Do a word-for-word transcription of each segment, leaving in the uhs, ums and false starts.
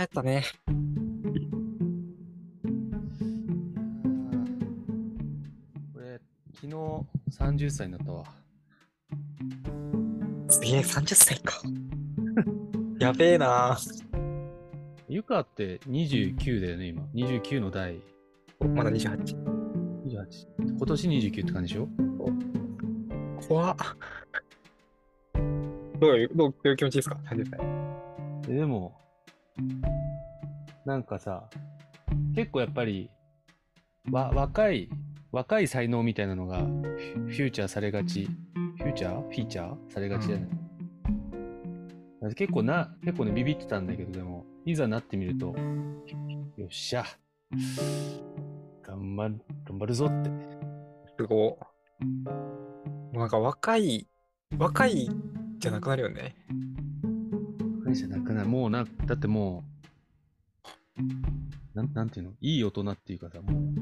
帰ったね。 俺、昨日さんじゅっさいになったわ。 すげえ、さんじゅっさいか。やべえな。 ゆかってにじゅうきゅうだよね、今。にじゅうきゅうの代。 まだにじゅうはち。 にじゅうはち。今年にじゅうきゅうって感じでしょ？ 怖っ。どういう、どういう気持ちですか ?さんじゅっさい。 ででも、なんかさ、結構やっぱり、わ、若い、若い才能みたいなのがフュフューチャーされがち。フューチャーフィーチャーされがちじゃない、うん、結構な、結構ね、ビビってたんだけど、でも、いざなってみると、よっしゃ、頑張る、頑張るぞって。 すごい。なんか若い、若いじゃなくなるよね。 若いじゃなくなる。もうな、だってもう、なん、なんていうの、いい大人っていうかさ、もう、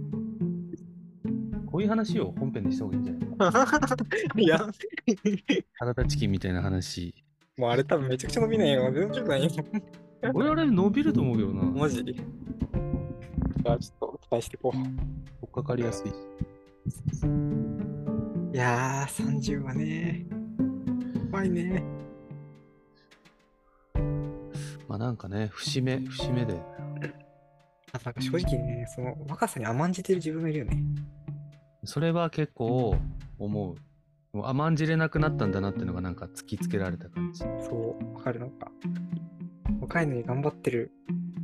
こういう話を本編でした方がいいんじゃないいや、 体チキンみたいな話。 もうあれ多分めちゃくちゃ伸びないよ。全然伸びないよ。 俺あれ伸びると思うけどな。 マジじゃあちょっと期待していこう。 取っかかりやすいし。 いやー、さんじゅうはね。怖いね。 まあなんかね、節目、節目で。 あ、なんか正直ね、その若さに甘んじてる自分がいるよね。 それは結構思う。もう甘んじれなくなったんだなっていうのがなんか突きつけられた感じ。 そう、わかるのか。若いのに頑張ってる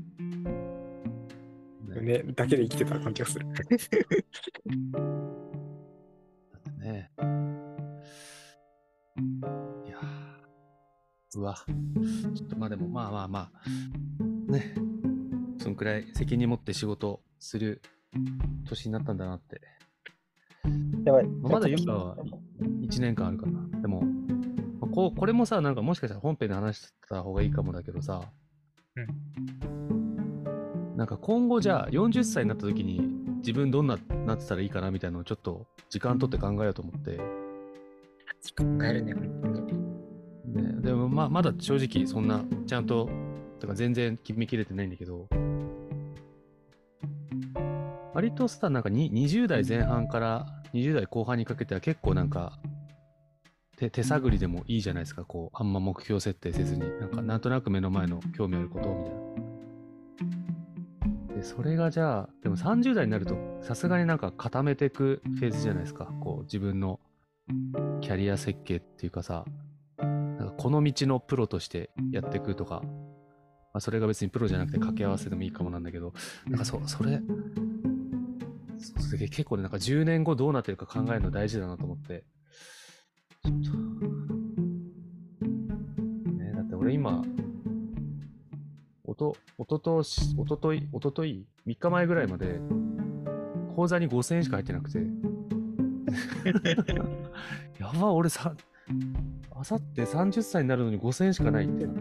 よね。 ね、だけで生きてた感じがする。 だってね。いやーうわ。ちょっとまあでもまあまあまあ。ね。そんくらい責任持って仕事する年になったんだなって。 やばい。 まあまだゆかはいちねんかんあるかな。でも、まあこうこれもさ、なんかもしかしたら本編で話した方がいいかもだけどさ、 うん、 なんか今後じゃあよんじゅっさいになった時に自分どんななってたらいいかなみたいなのをちょっと時間取って考えようと思って。 考えるね、本当に。 ね、でもまあまだ正直そんなちゃんと、だから全然決めきれてないんだけど、割とさ、なんかににじゅう代前半からにじゅう代後半にかけては結構なんか手手探りでもいいじゃないですか。こうあんま目標設定せずに、なんかなんとなく目の前の興味あることみたいな。でそれがじゃあでもさんじゅう代になるとさすがになんか固めていくフェーズじゃないですか。こう自分のキャリア設計っていうかさ、なんかこの道のプロとしてやっていくとか、まあ、それが別にプロじゃなくて掛け合わせでもいいかもなんだけど、なんかそそれそれ結構ね、なんかじゅうねんごどうなってるか考えるの大事だなと思って。ちょっと。ね、だって俺今、おと、おととし、おととい、おととい、みっかまえぐらいまで、口座にごせんえんしか入ってなくて。やば、俺さ、あさってさんじゅっさいになるのにごせんえんしかないってなって。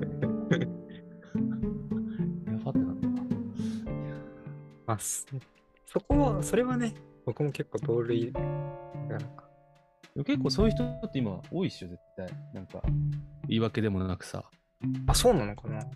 やばってなった。 まあ、そそこは、それはね、僕も結構同類がなんか。 結構そういう人って今多いっしょ、絶対。なんか、言い訳でもなくさ。 あ、そうなのかな。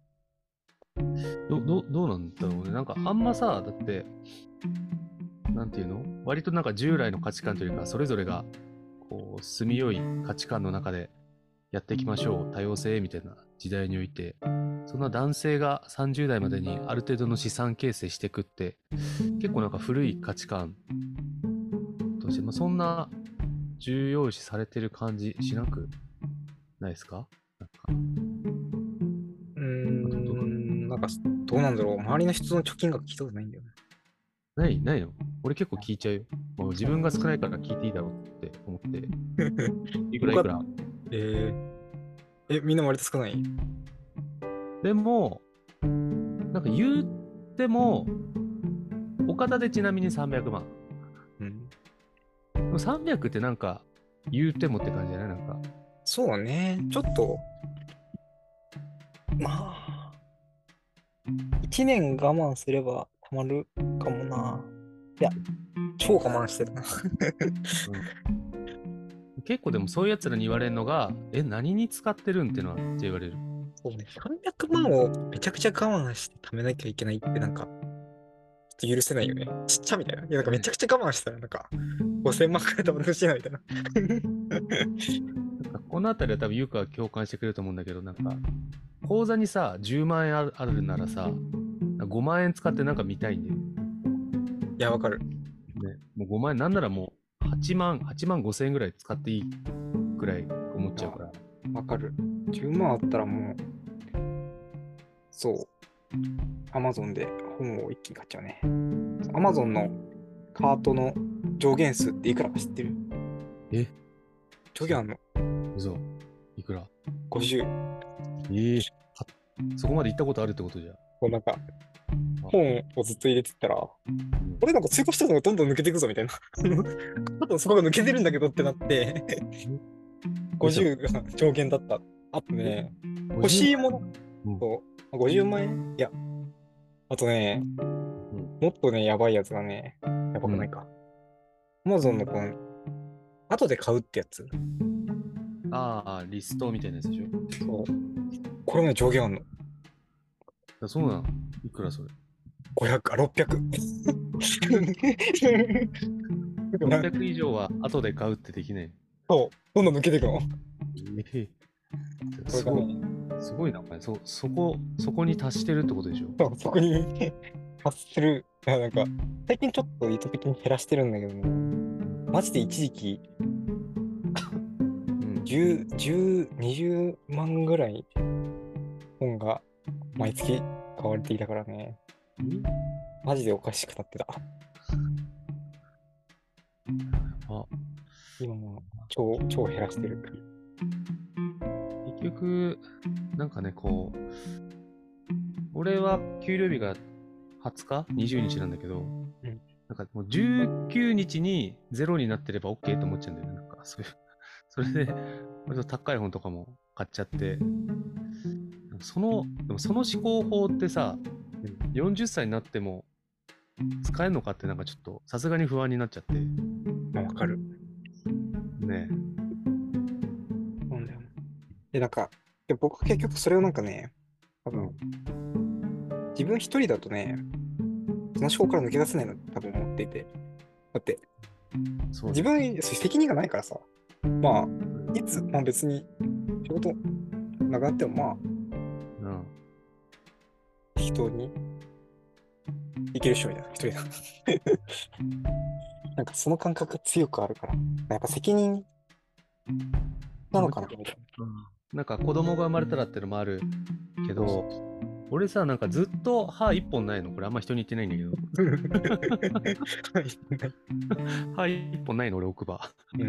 ど、ど、どうなんだろうね。なんかあんまさ、だって、なんていうの？割となんか従来の価値観というか、それぞれが、こう、住みよい価値観の中でやっていきましょう。多様性みたいな時代において、そんな男性がさんじゅう代までにある程度の資産形成していくって、結構なんか古い価値観として、まあ、そんな重要視されてる感じしなくないですか？なんか。 うーん、なんか、どうなんだろう。周りの人の貯金額聞いたことないんだよね。 ないないの？俺結構聞いちゃうよ。もう自分が少ないから聞いていいだろうって思って。いくらいくら。 えー、え、みんな割と少ない？ でも、なんか言っても、岡田でちなみにさんびゃくまん。 うん。 でもさんびゃくってなんか、言ってもって感じじゃない？なんか。 そうね。ちょっと、まあ、いちねん我慢すればたまるかもな。いや、超我慢してるな。 うん、結構でもそういうやつらに言われるのが、え、何に使ってるんってのはって言われる。 そうね、さんびゃくまんをめちゃくちゃ我慢して貯めなきゃいけないってなんか、ちょっと許せないよね。ちっちゃみたいな。いや、なんかめちゃくちゃ我慢したら、なんか、ごせんまんくらい貯めてほしいな、みたいな。 なんかこのあたりは多分ゆうかは共感してくれると思うんだけど、なんか、口座にさ、じゅうまん円あるあるならさ、ごまん円使ってなんか見たいんだよね。 いや、わかる。 ね、もうごまん円、なんならもうはちまん、はちまんごせん円ぐらい使っていいくらい思っちゃうから。 わかる。じゅうまんあったらもう、そう、アマゾンで本を一気に買っちゃうね。アマゾンのカートの上限数っていくらか知ってる？ え上限あんの？ 嘘。いくら？ ごじゅう。 ええかそこまで行ったことあるってことじゃん。 こうなんか、本をずっと入れてったら、俺なんか追加したのがどんどん抜けていくぞみたいな。多分そこが抜けてるんだけどってなって、ごじゅうが上限だった。あとね、欲しいものうんと、ごじゅうまん円いや、あとね、 うんもっとね、やばいやつがね、やばくないか。アマゾンのこの、後で買うってやつ。 ああ、リストみたいなやつでしょ。 そう。これもね、上限あんの。 あそうなの。いくらそれ。 ごひゃく、あ、ろっぴゃく。 ろっぴゃく以上は後で買うってできない。 そう、どんどん抜けていくの。 ええこれすごい、 がね、 すごいな、お前。そ、そこ、そこに達してるってことでしょ。 そうそこに発する。いやなんか、最近ちょっと意図的に減らしてるんだけどね、マジで一時期、 うん。 じゅう、じゅう、にじゅうまんぐらい本が毎月買われていたからね、マジでおかしくなってた。 あ、 今も超、超減らしてる。 結局、なんかね、こう、俺は給料日がはつか ?にじゅう 日なんだけど、 うんなんかもうじゅうくにちにゼロになってれば OK と思っちゃうんだよね。なんかそういう、それで、割と高い本とかも買っちゃって、その、でもその思考法ってさ、よんじゅっさいになっても使えるのかってなんかちょっとさすがに不安になっちゃって。 あ、わかる。 ねなんだよ。で、なんか、で僕は結局それをなんかね、多え。 分、自分一人だとね、その思考から抜け出せないの多分思っていて。だって、 そう自分に責任がないからさ、まあ、いつ、まあ別に仕事なくなってもまあ、 うん。 適当にいける人みたいな、一人だ。なんかその感覚が強くあるから、やっぱ責任なのかなみたいな。 なんか子供が生まれたらってのもあるけど、俺さ、なんかずっと歯一本ないの。これあんま人に言ってないんだけど。歯一本ないの、俺奥歯。 うん、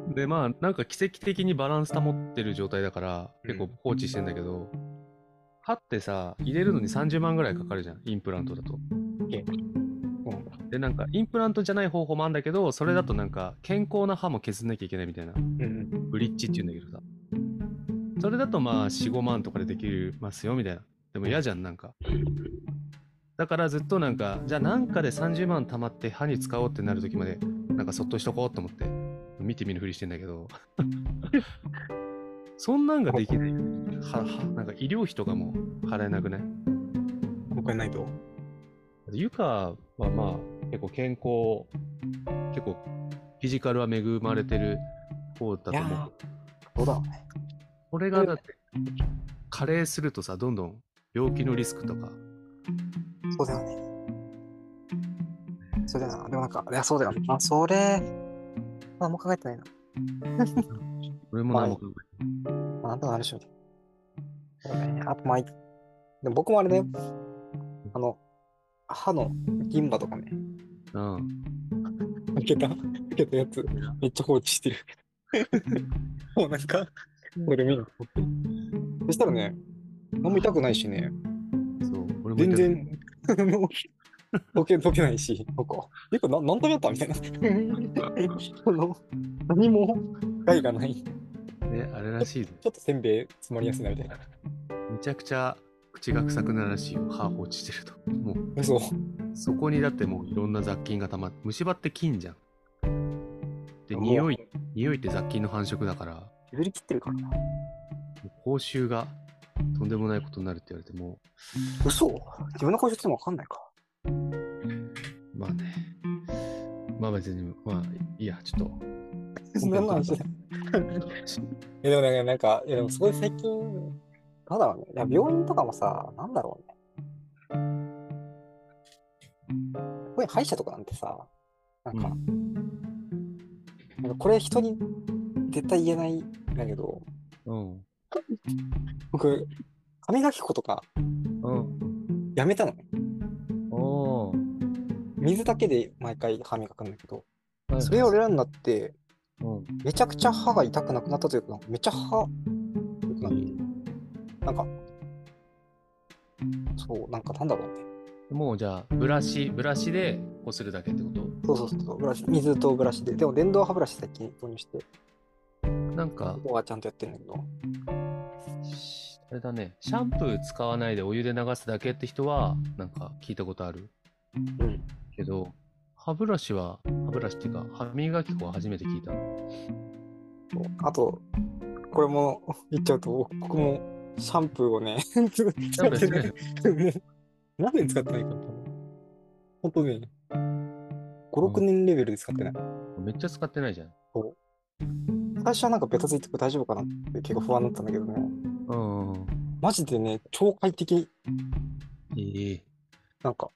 で、まあ、なんか奇跡的にバランス保ってる状態だから、 うん結構放置してんだけど、歯ってさ、入れるのにさんじゅうまんぐらいかかるじゃん、インプラントだと。 うんで、なんか、インプラントじゃない方法もあるんだけど、それだとなんか、健康な歯も削んなきゃいけないみたいな、 うんブリッジって言うんだけどさ。それだとまあ、よん、ごまんとかでできますよ、みたいな。でも嫌じゃん、なんか。だからずっとなんか、じゃあなんかでさんじゅうまん貯まって歯に使おうってなるときまで、なんかそっとしとこうと思って、見て見ぬふりしてんだけど、そんなんができないよね。は、は、なんか医療費とかも払えなくない？ お金ないと。 ゆかはまあ、結構健康、結構フィジカルは恵まれてる方だといや思う。 ー、どうだろうね。 これがだって、加齢するとさ、どんどん病気のリスクとか、 そうだよね。そうだよな。でもなんか、いや、そうだよな。あ、それ、何も考えてないな。 俺も何も考えてない。 まあ、なんとかなるでしょうね。そうね。あと、まあ、いでも僕もあれだよ。あの、歯の銀歯とかね、 うん。 抜けた、抜けたやつ、めっちゃ放置してる。もうなんか、これ見る。そしたらね、何も痛くないしね、 そう、俺も痛くない。 全然、あの、溶け、溶けないし、なんか、結構な、何食べたみたいな。あの、何も害がない。 ね、あれらしいね。 ちょっとせんべい詰まりやすいなみたいな。 めちゃくちゃ口が臭くなるらしいよ。歯放置してると。もう、 嘘。 そこにだってもういろんな雑菌がたまって、虫歯って菌じゃん。で、 もう匂い、匂いって雑菌の繁殖だから、 削り切ってるからな。 口臭がとんでもないことになるって言われても、 嘘自分の顔してもわかんないか。 まあね。まあ別に、まあいいや、ちょっと。 何の話だえ、でもね、なんか、いやでもすごい最近、なんだろうね。いや、病院とかもさ、なんだろうね。これ歯医者とかなんてさ、なんか、 うん、 なんかこれ人に絶対言えないんだけど、 うん、 僕、歯磨き粉とかうん。 やめたのね。 おー、 水だけで毎回歯磨くんだけど、 はいそれはい。 をやるようになって、 うん。 めちゃくちゃ歯が痛くなくなったというか、なんかめっちゃ歯良くなって、なんか、そう、なんかなんだろうね。 もうじゃあ、ブラシ、ブラシでこするだけってことそうそうそう、ブラシ、水とブラシで。でも電動歯ブラシ最近導入して、 なんかこ、こはちゃんとやってるんだけど。 あれだね、シャンプー使わないでお湯で流すだけって人は、なんか聞いたことあるうん。 けど、歯ブラシは、歯ブラシっていうか、歯磨き粉は初めて聞いた。 そうあと、これも言っちゃうと、僕もシャンプーをね、使ってない。もう何年使ってないか多分。本当ね、ご、ろくねんレベルで使ってない。 めっちゃ使ってないじゃん。 そう最初はなんかベタついてて大丈夫かなって結構不安だったんだけどね。 うんうん。 マジでね、超快適。 ええなんか、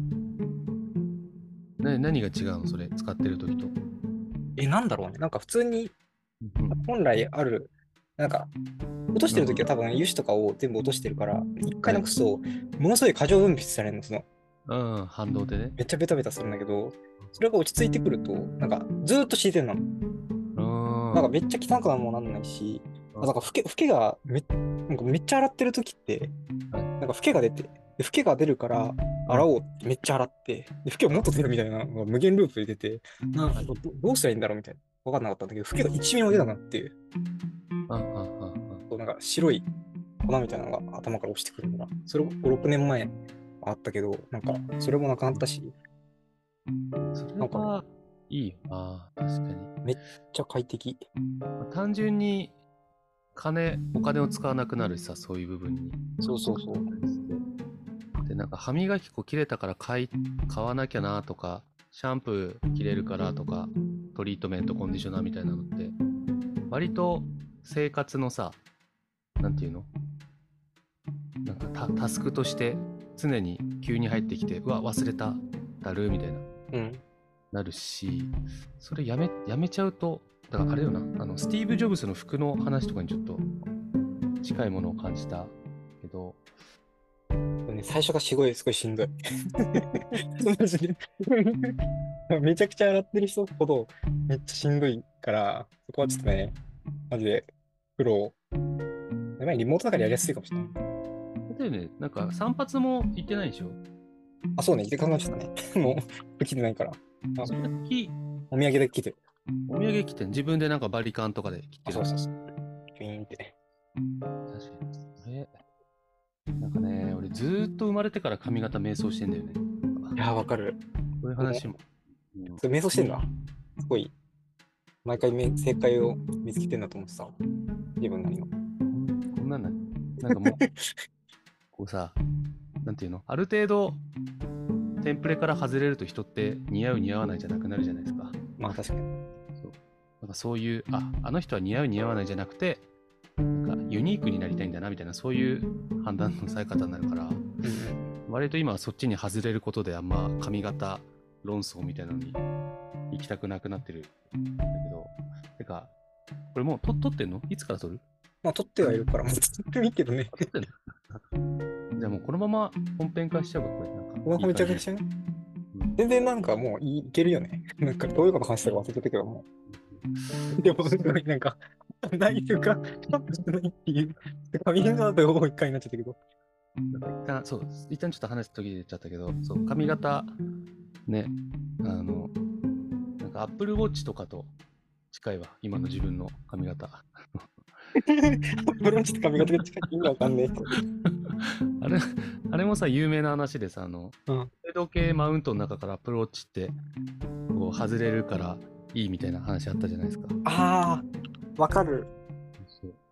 な何が違うのそれ、使ってる時と。 え、なんだろうね。なんか普通にうん本来ある、なんか、落としてる時は多分油脂とかを全部落としてるから、一回なくすと、ものすごい過剰分泌されるの、その、 うん、反動でね。 めっちゃベタベタするんだけど、それが落ち着いてくると、なんか、ずーっと自然なの。 うん。 なんかめっちゃ汚くなもなんないし、あなんかフケ、フケがめ、なんかめっちゃ洗ってる時って、 はいなんかフケが出て、で、フケが出るから洗おうってめっちゃ洗って、で、フケがもっと出るみたいなのが無限ループで出て、なんかどどうしたらいいんだろうみたいな。わかんなかったんだけど、フケがいちミリも出なくなって、 ああああこうなんか白い粉みたいなのが頭から落ちてくるのが、それご、ろくねんまえあったけど、なんかそれもなくなったし、 それなんかね、 は、いいよな、確かに。 めっちゃ快適。 まあ単純に、金、お金を使わなくなるしさ、そういう部分に。 そうそうそう。 で、なんか歯磨き粉切れたから買い、買わなきゃなとか、シャンプー切れるからとか、トリートメント、コンディショナーみたいなのって、割と生活のさ、なんていうのなんかタタスクとして常に急に入ってきて、うわ、忘れた、だるみたいな、 うん。 なるし、それやめ、やめちゃうと、だからあれよな、あの、スティーブ・ジョブズの服の話とかにちょっと近いものを感じたけど、 ね、最初がすごい、すごいしんどい。マジでめちゃくちゃ洗ってる人ほどめっちゃしんどいから、そこはちょっとね、マジで苦労。やばい、リモートだからやりやすいかもしれない。 だよね、なんか散髪も行ってないでしょあ、そうね、で考えちゃったね。もう、来てないから。あそれきお土産で来てる。 お土産来てん自分でなんかバリカンとかで切ってあ、 る。 そうそうそう。ピーンって。 確かに。え、なんかね、俺ずーっと生まれてから髪型迷走してんだよね。 いやー、わかる。 こういう話も。うんそれ瞑想してんだ。すごい。毎回め正解を見つけてんだと思ってた。自分なりの。 こんなんな、なんかもう、こうさ、なんていうのある程度、テンプレから外れると人って似合う似合わないじゃなくなるじゃないですか。 まあ確かに。 そうなんかそういう、あ、あの人は似合う似合わないじゃなくて、なんかユニークになりたいんだなみたいな、そういう判断のされ方になるから、 うん割と今はそっちに外れることであんま髪型論争みたいなのに行きたくなくなってるんだけど、てか、これもうと撮ってんのいつから撮るまあ撮ってはいるから、もう撮ってもいいけどね。 撮ってんのじゃあもうこのまま本編化しちゃうか、これ。なんかここめちゃくちゃね。全然なんかもういけるよね。なんかどういうこと話したか忘れてたけども。でもすごいなんか、ないというか、キャンプしてないっていう、髪型だと一回になっちゃったけど。 一旦、そう、一旦ちょっと話すときで言っちゃったけど、そう、髪型、ね、あの、なんか Apple Watch とかと近いわ、今の自分の髪型。 ブロンチと髪型が近い意味わかんねあれ、あれもさ、有名な話でさ、あの、 え。うん。 腕時計マウントの中から Apple Watch って、こう、外れるからいいみたいな話あったじゃないですか。 ああ、わかる。 そう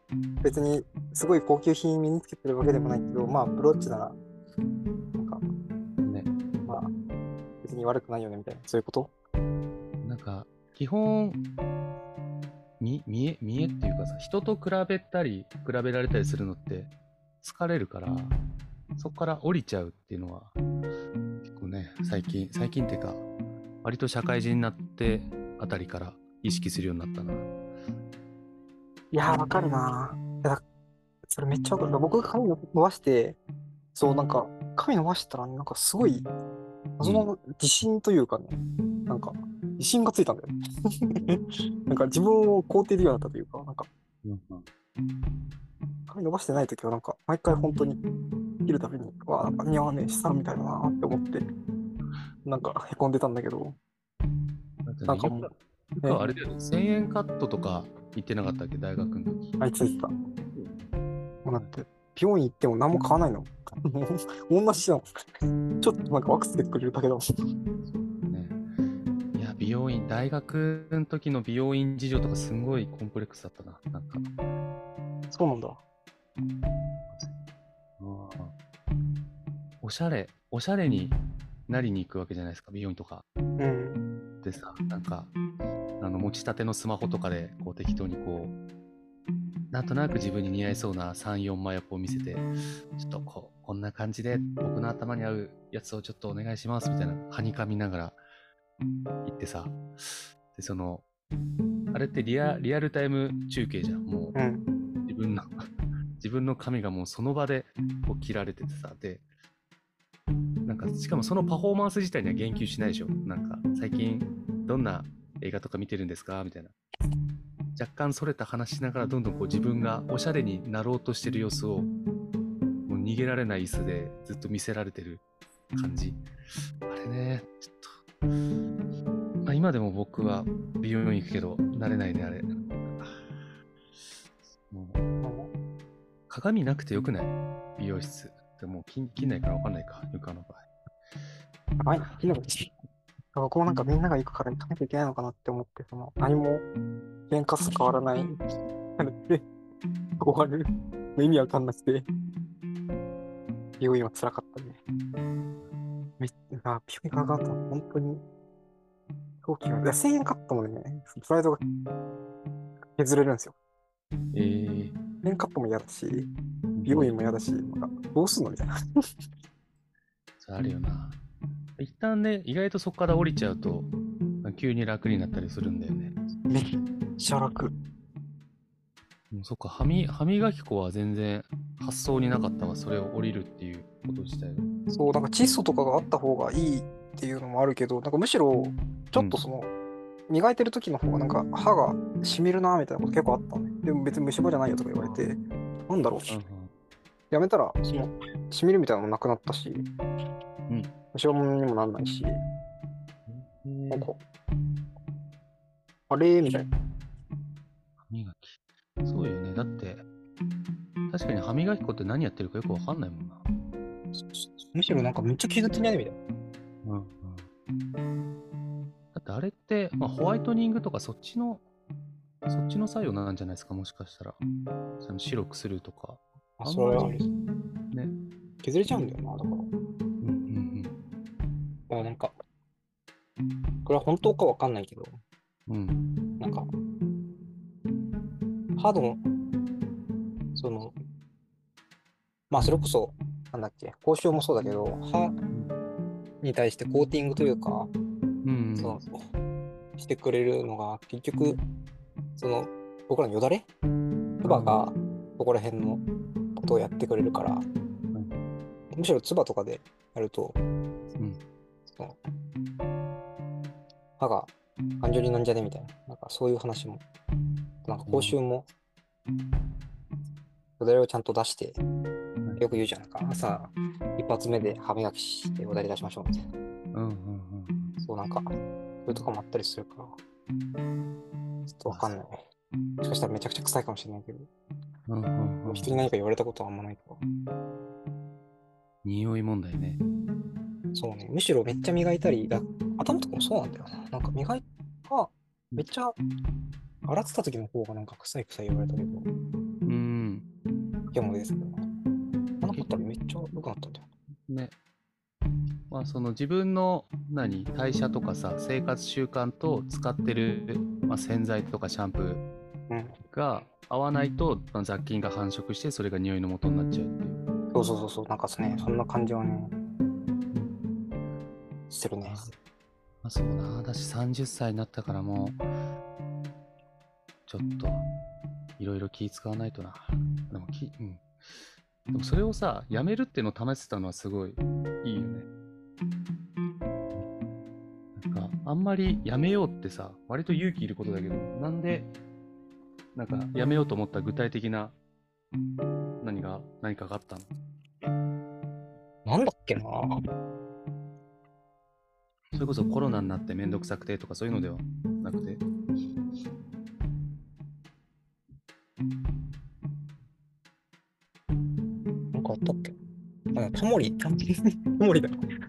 別にすごい高級品身につけてるわけでもないけど、まあブローチなら、なんか、 ね。 まあ別に悪くないよねみたいな、そういうこと。 なんか、基本、み見え、見えっていうかさ、人と比べたり、比べられたりするのって疲れるから、そこから降りちゃうっていうのは、結構ね、最近、最近っていうか、割と社会人になってあたりから意識するようになったな。 いやー、わかるなー。いや、それめっちゃわかる。僕が髪伸ばして、そう、なんか、髪伸ばしたら、なんかすごい、謎の自信というかね、なんか、自信がついたんだよね。なんか自分を肯定できるようになったというか、なんか、 うんうん髪伸ばしてないときは、なんか、毎回本当に切るたびに、わあ、なんか似合わねえしさ、みたいだなって思って、なんか、へこんでたんだけど、 だってね、よく、 なんかもよう、 くあれね、 だよね、せんえんカットとか言ってなかったっけ、大学の時。 あいついてた。もうだって、美容院行っても何も買わないの。もう同じなの。ちょっとなんかワックスつけてくれるだけだもん。 ね、いや、美容院、大学の時の美容院事情とかすんごいコンプレックスだったな。なんか、 そうなんだ。 うんおしゃれ、おしゃれになりに行くわけじゃないですか、美容院とか。 うん。 でさ、なんか、あの持ちたてのスマホとかで、こう適当にこう、なんとなく自分に似合いそうなさん、よんまいをこう見せて、ちょっとこう、こんな感じで僕の頭に合うやつをちょっとお願いしますみたいな、はにかみながら行ってさ、で、その、あれってリア、リアルタイム中継じゃん。もうん。 う、自分の自分の髪がもうその場でこう切られててさ、で、なんか、しかもそのパフォーマンス自体には言及しないでしょ。なんか、最近、どんな映画とか見てるんですかみたいな。若干それた話しながら、どんどんこう自分がおしゃれになろうとしてる様子を、もう逃げられない椅子でずっと見せられてる感じ。あれね、ちょっと、まあ、今でも僕は美容院行くけど、慣れないね、あれ。もう鏡なくてよくない美容室。でも切切んないからわかんないか、床の場合。 はい。いいのか僕もなんかみんなが行くから行かなきゃいけないのかなって思って、その何も原価数変わらない。あれで終わる。意味わかんなくて、美容院は辛かったね。めっちゃ、美容院かかったの本当に、大きいわ。いや、せんえんカットもね、プライドが削れるんですよ。 えー、 せんえんカットも嫌だし、美容院も嫌だし、なんかどうすんのみたいな。 それあるよな。一旦ね、意外とそこから降りちゃうと、急に楽になったりするんだよね。 めっちゃ楽。 うんそっか、歯み歯磨き粉は全然発想になかったわ、それを降りるっていうこと自体が。 そう、なんか窒素とかがあった方がいいっていうのもあるけど、なんかむしろ、ちょっとその、磨いてる時の方がなんか歯がしみるなみたいなこと結構あったね。でも別に虫歯じゃないよとか言われて、なんだろう。 うんやめたら、その、しみるみたいなのもなくなったし、 うん。 虫歯ものにもなんないし、 うん。 なんか、あれみたいな。 歯磨き。そうよね。だって、確かに歯磨き粉って何やってるかよくわかんないもんな。 むしろなんかめっちゃ傷ついないみたいな。 うんうん。だってあれって、まあ、ホワイトニングとかそっちの、そっちの作用なんじゃないですか、もしかしたら。その白くするとか。 あ、 あんまりそれはね。 削れちゃうんだよな、だから。 うんうんだからなんか、これは本当かわかんないけど、 うん。うん。 なんか、歯の、その、まあそれこそ、なんだっけ、口臭もそうだけど、歯に対してコーティングというか、 うんうん。 その、してくれるのが、結局、その、僕らのよだれ唾が、そこら辺のことをやってくれるから、むしろ唾とかでやると、 うんその歯が感情になんじゃねみたいな、なんかそういう話も、なんか口臭も、よだれをちゃんと出して、よく言うじゃん。なんか朝、一発目で歯磨きしてよだれ出しましょうみたいな。 うんうんうん。 そうなんか、それとかもあったりするから、ちょっとわかんない。もしかしたらめちゃくちゃ臭いかもしれないけど、 うんうんうん。 人に何か言われたことはあんまないから。 匂い問題ね。 そうね、むしろめっちゃ磨いたり、だ頭とかもそうなんだよな。なんか磨いた、めっちゃ洗ってた時の方がなんか臭い臭い言われたけど、 うん。 け物ですけど、あの子ったらめっちゃ良くなったんだよ。 ね。まあ、その自分の何代謝とかさ、生活習慣と使ってる、まあ、洗剤とかシャンプーうん。 が合わないと、まあ、雑菌が繁殖してそれが匂いの元になっちゃうっていう。 そうそうそうそう、なんかね、そんな感じはね、してるね。 あまあ、そうな、私さんじゅっさいになったからもう、ちょっといろいろ気使わないとな。でもき、うん。でもそれをさ、やめるっていうのを試せたのはすごいいいよね。なんか、あんまりやめようってさ、割と勇気いることだけど、なんで、なんか、やめようと思った具体的な何が、何かがあったの？ なんだっけな。 それこそコロナになってめんどくさくてとかそういうのではなくて。 なんかあったっけ。あ、タモリ、タモリ、タモリだ。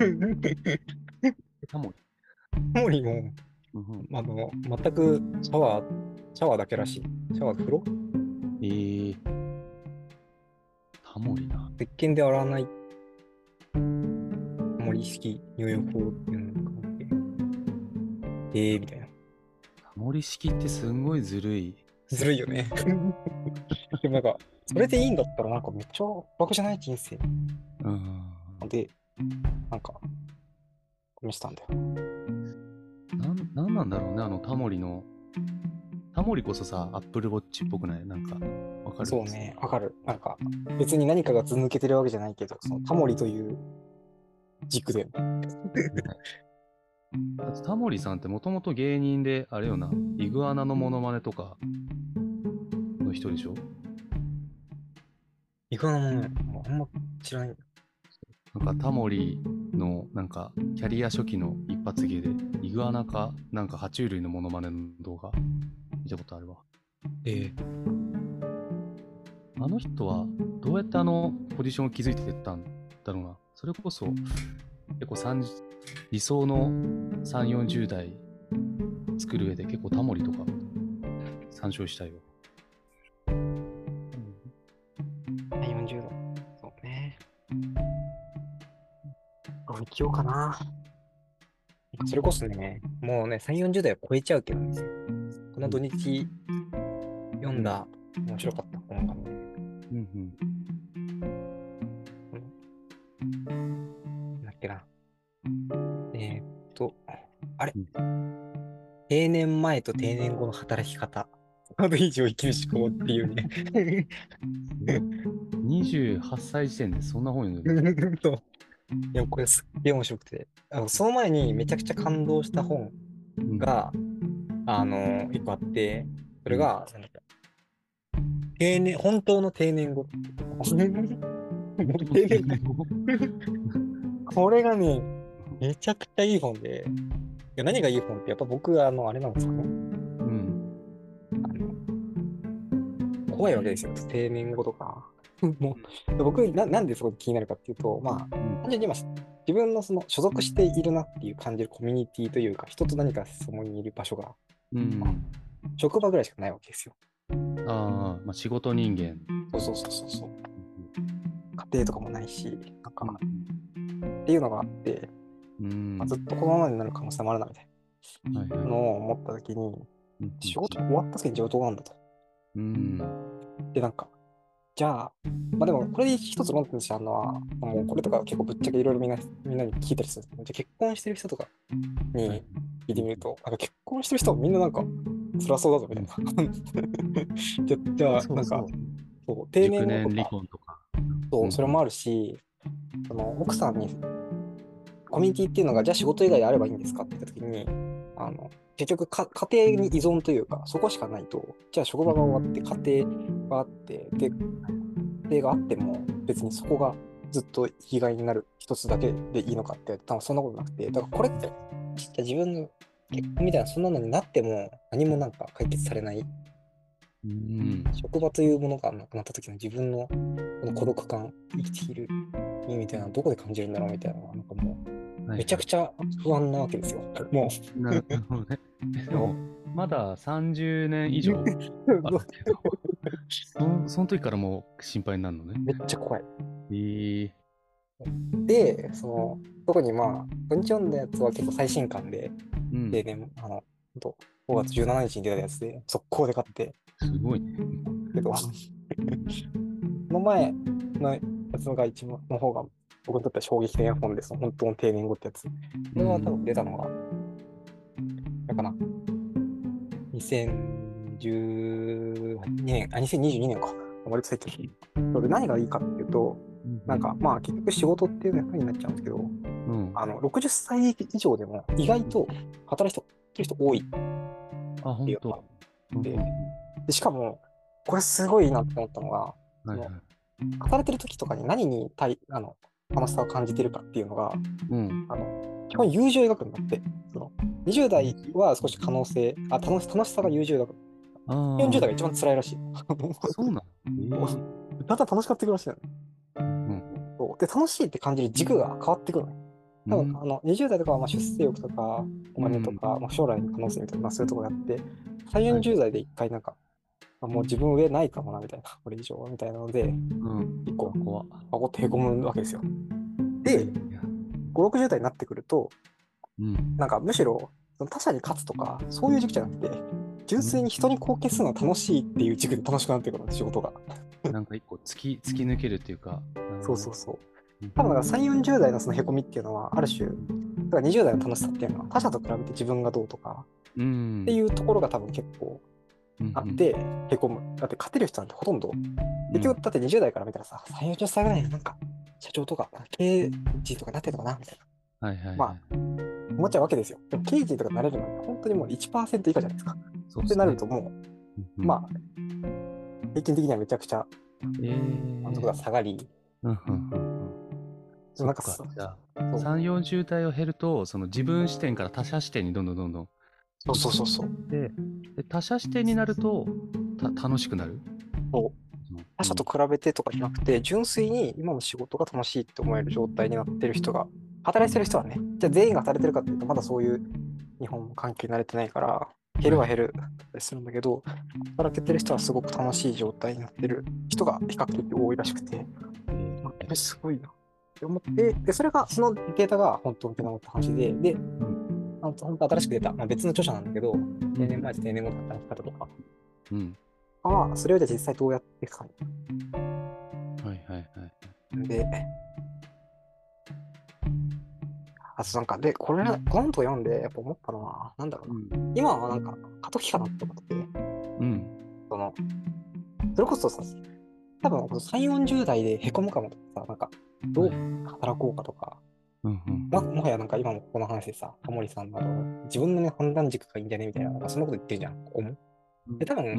タモリ。 タモリも、 うんうん、 あの、全くシャワー、シャワーだけらしい。シャワーで風呂えー、タモリな。 石鹸で洗わないタモリ式入浴法っていうのがあって、えーみたいな。 タモリ式ってすんごいずるい。 ずるいよね。でもなんか、それでいいんだったらなんかめっちゃ楽じゃない人生。 うん。 で、なんか、試したんだよ。 なん、なんなんだろうね、あのタモリの。タモリこそさ、アップルウォッチっぽくない？なんか、わかる？ そうね、わかる。なんか、別に何かがず抜けてるわけじゃないけど、そのタモリという軸で。 ね。だってタモリさんってもともと芸人で、あれよな、イグアナのモノマネとかの人でしょ？ いくらもね、もうあんま知らない。 なんかタモリのなんかキャリア初期の一発芸でイグアナかなんか爬虫類のモノマネの動画見たことあるわ。 えあの人はどうやってあのポジションを築いていったんだろうな。それこそ結構さんじゅう理想のさん、よんじゅう代作る上で結構タモリとか参照したいわ。 ー、よんじゅうど。そうね。あ、生きようかな。それこそね、もうね、さん、よんじゅう代を超えちゃうけどね、この土日読んだ面白かった本がね、 うんうん。 なんだっけな。えーっと、あれ、 うん定年前と定年後の働き方。カード以上生きる思考っていうね。 にじゅうはっさい時点でそんな本読んでる。 そう。いや、これすっげえ面白くて。あの、その前にめちゃくちゃ感動した本うんが、あの、一個あって、それが、なんだっけ定年、本当の定年後。定年後。これがね、めちゃくちゃいい本で、いや何がいい本って、やっぱ僕、あの、あれなんですかね。 うんあの怖いわけですよ、定年後とか。もう僕な、なんでそこで気になるかっていうと、まあ、 うん単純に今、自分のその所属しているなっていう感じるコミュニティというか、人と何かそこにいる場所が、 うんまあ、職場ぐらいしかないわけですよ。 ああ、まあ仕事人間。 そうそうそうそうそう。家庭とかもないし、なんか、 うんっていうのがあって、 うんまあ、ずっとこのままになる可能性もあるなみたいはいはないのを思ったときに、 うん仕事終わった時に上等なんだと。 うんで、なんか、じゃあ、まあでも、これで一つ論点としてあるのは、もうこれとか結構ぶっちゃけいろいろみんな、みんなに聞いたりするんですけど、じゃあ結婚してる人とかにはい聞いてみると、なんか結婚してる人はみんななんか辛そうだぞみたいな。じゃじゃあ、なんか、 そうそう。 そう定熟年離年後とか、 婚とか。 そう、それもある。 るし、その奥さんに、コミュニティっていうのが、じゃあ仕事以外であればいいんですかって言ったときに、あの、結局か、家庭に依存というか、そこしかないと、じゃあ職場が終わって、家庭があって、で、家庭があっても、別にそこがずっと生きがいになる一つだけでいいのかって、多分そんなことなくて、だからこれって、じゃあ自分の結婚みたいな、そんなのになっても、何もなんか解決されない、 うん職場というものがなくなった時の自分のこの孤独感、生きている意味みたいなのどこで感じるんだろうみたいな、なんかもう、めちゃくちゃ不安なわけですよ。もう。 なるほどね。でも、まださんじゅうねん以上あるけど。 そその時からもう心配になるのね。 めっちゃ怖い。 ええで、その、特にまあ、文ち読んだやつは結構最新刊で、でうん。 ね、あの、ほんとごがつじゅうしちにちに出たやつで、速攻で買って、 すごいね。 けど、その前のやつが一番の方が、僕にとっては衝撃的な本です。本当の定年後ってやつ。これは多分出たのが、あれかな、にせんじゅうにねん、あ、にせんにじゅうにねんか。割と最近。それで何がいいかっていうと、なんかまあ結局仕事っていうのになっちゃうんですけど、 うん。 あの、ろくじゅっさい以上でも意外と働いてる人多いっあ、 ていうのがあ本当。うんって、 うんで、しかも、これすごいいいなって思ったのが、その、 はいはい。 働いてる時とかに何に対、あの、楽しさを感じてるかっていうのが、 うん。 あの、基本優柔描くんだって、その、にじゅう代は少し可能性、あ、楽し、楽しさが優柔描く。よんじゅうああ、 代が一番辛いらしい。 そうなの。ええだんだん楽しくなってくるらしいのね。 うんそうで、楽しいって感じる軸が変わってくるのね。多分、 うん。 あの、にじゅう代とかはまあ出世欲とか、おうん。 金とか、まあ、将来の可能性みたいな、まあ、そういうところがあって、さん、 はい。 よんじゅう代で一回なんか、あもう自分上ないかもな、みたいな、これ以上、みたいなので、 うん。 一個、 うわ、怖っ。 バコってへこむわけですよ。で、 いやいやいや。 ご、ろくじゅう代になってくると、 うん。 なんかむしろ、その他者に勝つとか、そういう軸じゃなくて、純粋に人に貢献するのが楽しいっていう軸で楽しくなってくるの、仕事が。 なんか一個突き、突き抜けるっていうか。なるほどね。 そうそうそう。 うん多分だからさん、よんじゅう代のそのへこみっていうのは、ある種、だからにじゅう代の楽しさっていうのは、他者と比べて自分がどうとか、 うん。 っていうところが多分結構うんあって、へこむ。だって勝てる人なんてほとんど、 うん。 結局だってにじゅう代から見たらさ、さん、よんじゅっさいぐらいになんか、社長とか経営陣とかなってるのかなみたいな。 はいはいまあ、 はい。 思っちゃうわけですよ。でも経営陣とかなれるのって本当にもういちパーセント以下じゃないですか。ってそうですね。 なるともう、 うんうん。 まあ、平均的にはめちゃくちゃえ満足度がえ下がり、 うんうんうんうん。そっか。 なんかさ、 じゃあ、 そうさん、よんじゅう代を減ると、その自分視点から他者視点にどんどんどんどんそう移っそうそうそう。 て、で、他者視点になると、た、楽しくなるそう他者と比べてとかじゃなくて、純粋に今の仕事が楽しいって思える状態になってる人が、働いてる人はね、じゃあ全員が働いてるかっていうと、まだそういう日本も環境に慣れてないから、減るは減るだったりするんだけど、働けてる人はすごく楽しい状態になってる人が比較的多いらしくて、まあこれすごいなって思って、で、それが、そのデータが本当に思った話で、で、あの本当新しく出た、まあ、別の著者なんだけど、定年前と定年後の働き方とか、 うん。 ああ、それをじゃあ実際どうやっていくかはいはいはい。 で、あとなんか、で、これ、この本と読んで、やっぱ思ったのは、なんだろうな。 うん。 今はなんか、過渡期かなって思ってて、 うん。 その、それこそさ、多分さん、よんじゅう代でへこむかもとかさ、なんか、どうはい。 働こうかとか、 うんうんま、もはやなんか今のこの話でさ、タモリさんなど、自分のね、判断軸がいいんじゃねみたいな、なんかそんなこと言ってるじゃん、思う。で、多分、 うん。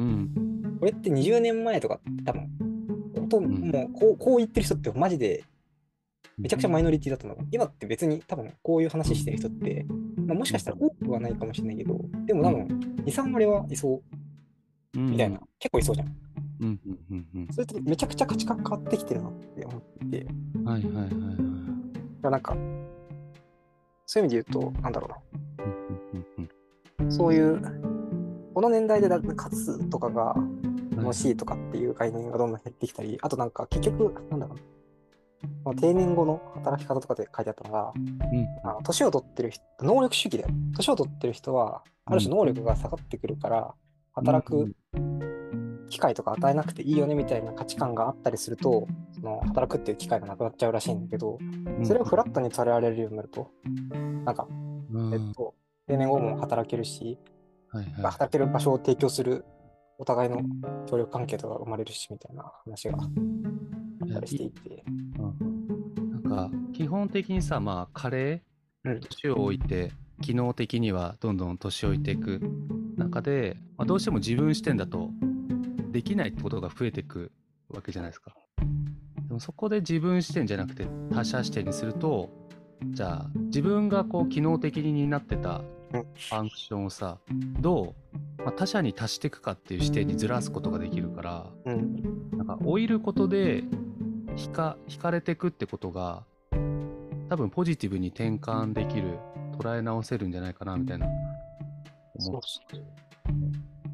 これってにじゅうねんまえとか、多分、本当、 うんもうこう、こう言ってる人ってマジで、めちゃくちゃマイノリティだったの。今って別に多分こういう話してる人って、まあ、もしかしたら多くはないかもしれないけど、でも多分に、さん割はいそううんみたいな、結構いそうじゃん。 うんうんうんうんそれってめちゃくちゃ価値観変わってきてるなって思っていて、だかはいはいはいはい。 らなんか、そういう意味で言うと、なんだろうな、 うんうんうんそういう、この年代でだ勝つとかがうん楽しいとかっていう概念がどんどん減ってきたり、あとなんか結局、なんだろうな、この定年後の働き方とかで書いてあったのが、 うんあの年を取ってる人、能力主義だよ。年を取ってる人は、ある種能力が下がってくるから、働く機会とか与えなくていいよねみたいな価値観があったりすると、その働くっていう機会がなくなっちゃうらしいんだけど、それをフラットに捉えられるようになると、なんか、 うんえっと、定年後も働けるし、 はいはい。 働ける場所を提供するお互いの協力関係とか生まれるしみたいな話があったりしていて。 うんなんか基本的にさ、まあ加齢、 うん年を置いて機能的にはどんどん年を置いていく中で、まあ、どうしても自分視点だとできないってことが増えていくわけじゃないですか。でもそこで自分視点じゃなくて他者視点にすると、じゃあ自分がこう機能的になってたうんファンクションをさ、どう、まあ、他者に足していくかっていう視点にずらすことができるから、 うんなんか老いることで引か引かれていくってことが多分ポジティブに転換できる、捉え直せるんじゃないかなみたいな思っそうそう。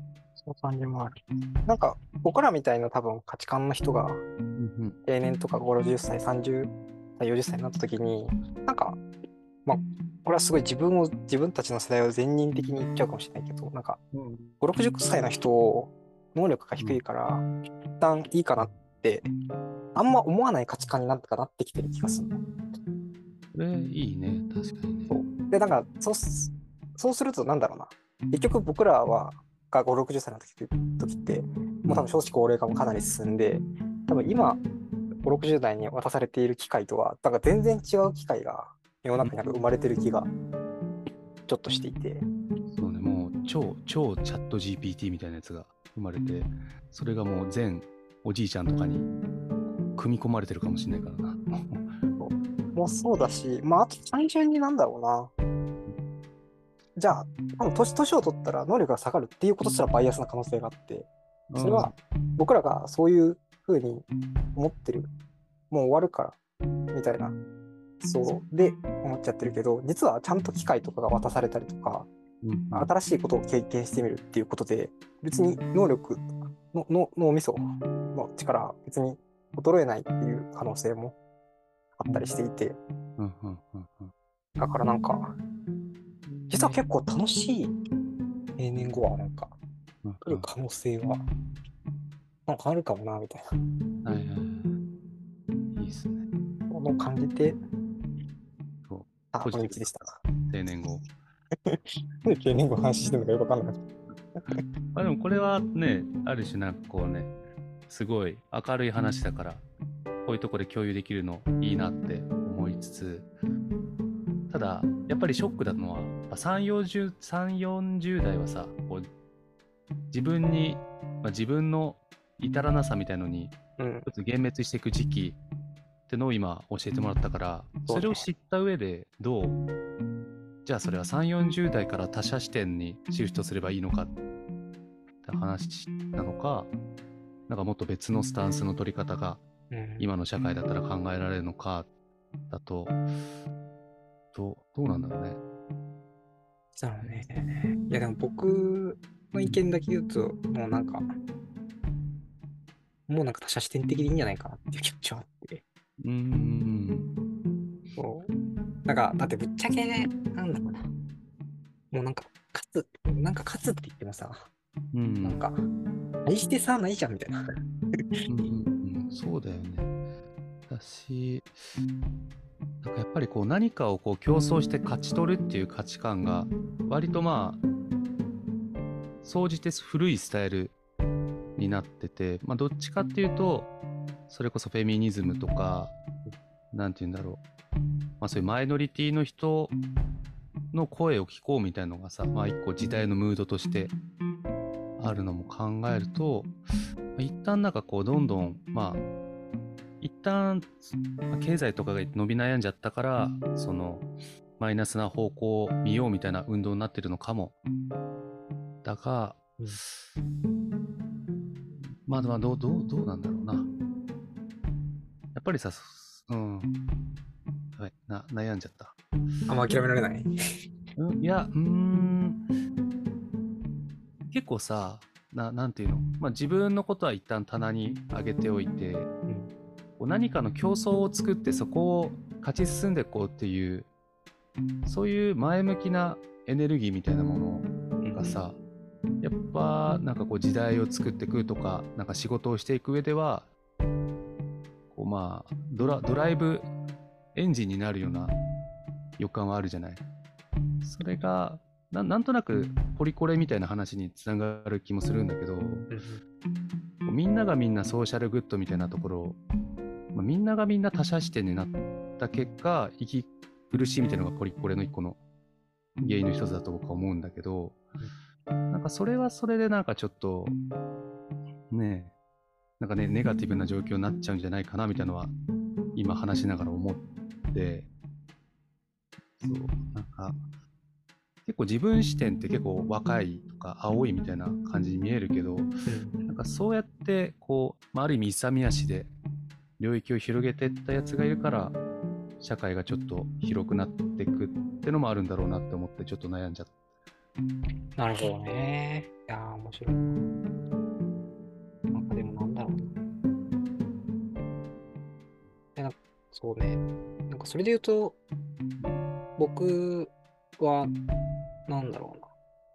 その感じもある。なんか、僕らみたいな多分価値観の人が、 うん定年とかご、ろくじゅっさい、さんじゅっさい、よんじゅっさいになった時に、なんか、まあ、これはすごい自分を、自分たちの世代を善人的に言っちゃうかもしれないけど、なんか、 うん。 ご、ろくじゅっさいの人を、能力が低いから、一旦いいかなって、あんま思わない価値観になったかなってきてる気がするの。 これいいね、確かにね。 そうで、なんか、そうす、そうすると、なんだろうな。結局僕らは、がご、ろくじゅっさいの時って、時って、もう多分少子高齢化もかなり進んで、多分今、ご、ろくじゅう代に渡されている機会とは、なんか全然違う機会が世の中になんか生まれてる気がちょっとしていて。 そうね、もう超、超チャット ジーピーティー みたいなやつが生まれて、それがもう全おじいちゃんとかに組み込まれてるかもしれないからな。 もうそうだし、まあ、あと単純になんだろうな。じゃあ、多分年、年を取ったら能力が下がるっていうことすらバイアスな可能性があって、それは僕らがそういうふうに思ってる、もう終わるから、みたいな、そうで思っちゃってるけど、実はちゃんと機会とかが渡されたりとか、 うんうん、 新しいことを経験してみるっていうことで、別に能力の、の脳みその力、別に衰えないっていう可能性もあったりしていて、 うんうんうんうん、 だからなんか、実は結構楽しい定年後はなんか、来る可能性は、なんかあるかもな、みたいな。はいはいはい。いいっすね。 なのを感じて、 そう。 あ、このポジティブ道でした。 定年後。 なんで定年後の話してるのかよくわかんなかった。 まあでもこれはね、ある種なんかこうね、すごい明るい話だから、こういうとこで共有できるのいいなって思いつつ、ただ、やっぱりショックだのは、さん、よんじゅう、さん、よんじゅう代はさ、こう自分に、まあ、自分の至らなさみたいのに、 うん、 一つ幻滅していく時期ってのを今教えてもらったから、 そうねそれを知った上で、どう、じゃあそれはさん、よんじゅう代から他者視点にシフトすればいいのかって話なのか、なんかもっと別のスタンスの取り方がうん、 今の社会だったら考えられるのかだと、どう、どうなんだろうね。 そうね。いや、でも僕の意見だけ言うと、もうなんか、もうなんか他者視点的でいいんじゃないかなっていう気持ちはあって。 うーん。 そう。なんか、だってぶっちゃけ、なんだろうな。もうなんか、勝つ、なんか勝つって言ってもさ、 うん。 なんか、愛してさ、ないじゃんみたいな。 うんうんうん、そうだよね。だし、なんかやっぱりこう何かをこう競争して勝ち取るっていう価値観が割とまあ総じて古いスタイルになってて、まあどっちかっていうとそれこそフェミニズムとかなんて言うんだろう、まあそういうマイノリティの人の声を聞こうみたいなのがさ、まあ一個時代のムードとしてあるのも考えると、一旦なんかこうどんどんまあ一旦経済とかが伸び悩んじゃったからそのマイナスな方向を見ようみたいな運動になってるのかもだが、うん、まあまあどうどうどうなんだろうな。やっぱりさ、うん、はい、な悩んじゃった。 あんま諦められない。 うん、いや、うーん、結構さ、ななんていうの、まあ自分のことは一旦棚に上げておいて、うん、何かの競争を作ってそこを勝ち進んでいこうっていうそういう前向きなエネルギーみたいなものがさ、やっぱなんかこう時代を作っていくとかなんか仕事をしていく上ではこうまあドラ、ドライブエンジンになるような予感はあるじゃない。それが な, なんとなくポリコレみたいな話につながる気もするんだけど、みんながみんなソーシャルグッドみたいなところ、まあ、みんながみんな他者視点になった結果息苦しいみたいなのがポリコレの一個の原因の一つだと僕は思うんだけど、なんかそれはそれでなんかちょっとねえなんかねネガティブな状況になっちゃうんじゃないかなみたいなのは今話しながら思って、そうなんか結構自分視点って結構若いとか青いみたいな感じに見えるけど、なんかそうやってこう、まあ、ある意味勇み足で領域を広げていったやつがいるから社会がちょっと広くなっていくってのもあるんだろうなって思ってちょっと悩んじゃなるほどね。いやー、面白い。なんかでもなんだろうな。えなんかそうね。なんかそれで言うと、僕は、なんだろうな。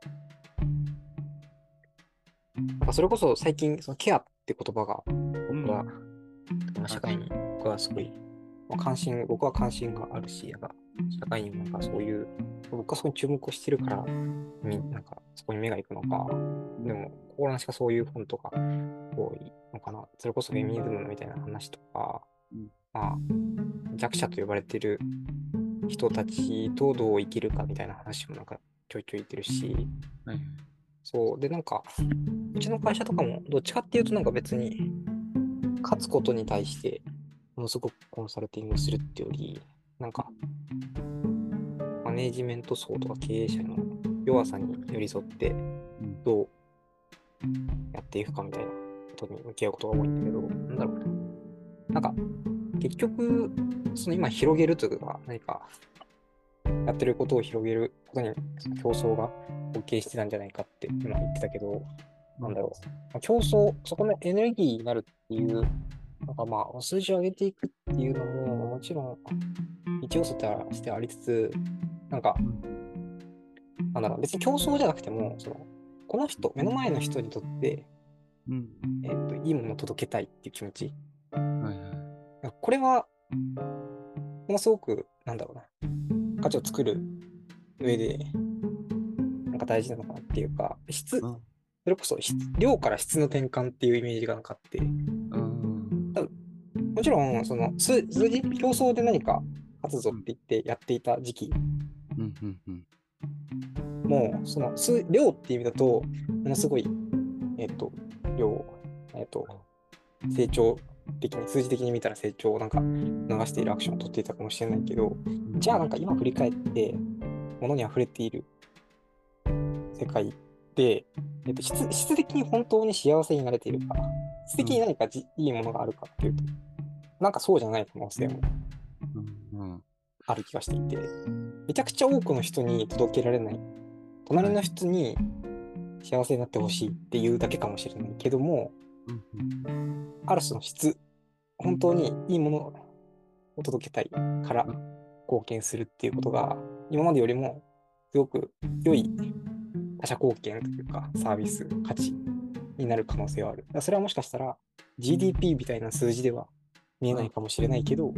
なんかそれこそ最近、そのケアって言葉が、僕は、まあ社会に僕はすごい、まあ関心、僕は関心があるし、なんか社会にもなんかそういう、僕はそこに注目をしてるから、みなんかそこに目が行くのか、でも、心なしかそういう本とか多いのかな。それこそフェミニズムみたいな話とか、まあ、弱者と呼ばれてる人たちとどう生きるかみたいな話もなんかちょいちょい言ってるし、 はい。 そう。で、なんか、うちの会社とかも、どっちかっていうとなんか別に、勝つことに対して、ものすごくコンサルティングするってより、なんか、マネージメント層とか経営者の弱さに寄り添って、どうやっていくかみたいなことに向き合うことが多いんだけど、なんだろうな。なんか、結局、その今広げるというか、何か、やってることを広げることに、その競争が OK してたんじゃないかって今言ってたけど、なんだろう。競争、そこのエネルギーになるっていう、なんかまあ、数字を上げていくっていうのも、もちろん、一要素としてありつつ、なんか、なんだろう、別に競争じゃなくても、その、この人、目の前の人にとって、 うん。 えっと、いいものを届けたいっていう気持ち。 はいはい。 これは、ものすごく、なんだろうな、価値を作る上で、なんか大事なのかなっていうか、質、 うん。 それこそ質量から質の転換っていうイメージがなんかあって、 うん。 多分もちろん、その数数字、競争で何か勝つぞって言ってやっていた時期うん。うん。うん。 も、その数量っていう意味だと、ものすごい、えっと、量、えっと、成長的に、数字的に見たら成長をなんか流しているアクションを取っていたかもしれないけど、じゃあなんか今振り返って、物に溢れている世界で、えっと、質、質的に本当に幸せになれているか、質的に何かじいいものがあるかっていうと、なんかそうじゃない可能性もうん。 ある気がしていて、めちゃくちゃ多くの人に届けられない、隣の人に幸せになってほしいっていうだけかもしれないけども、ある種の質、本当にいいものを届けたいから貢献するっていうことが、今までよりもすごく良い他者貢献というか、サービス、価値になる可能性はある。だからそれはもしかしたら ジーディーピー みたいな数字では見えないかもしれないけど、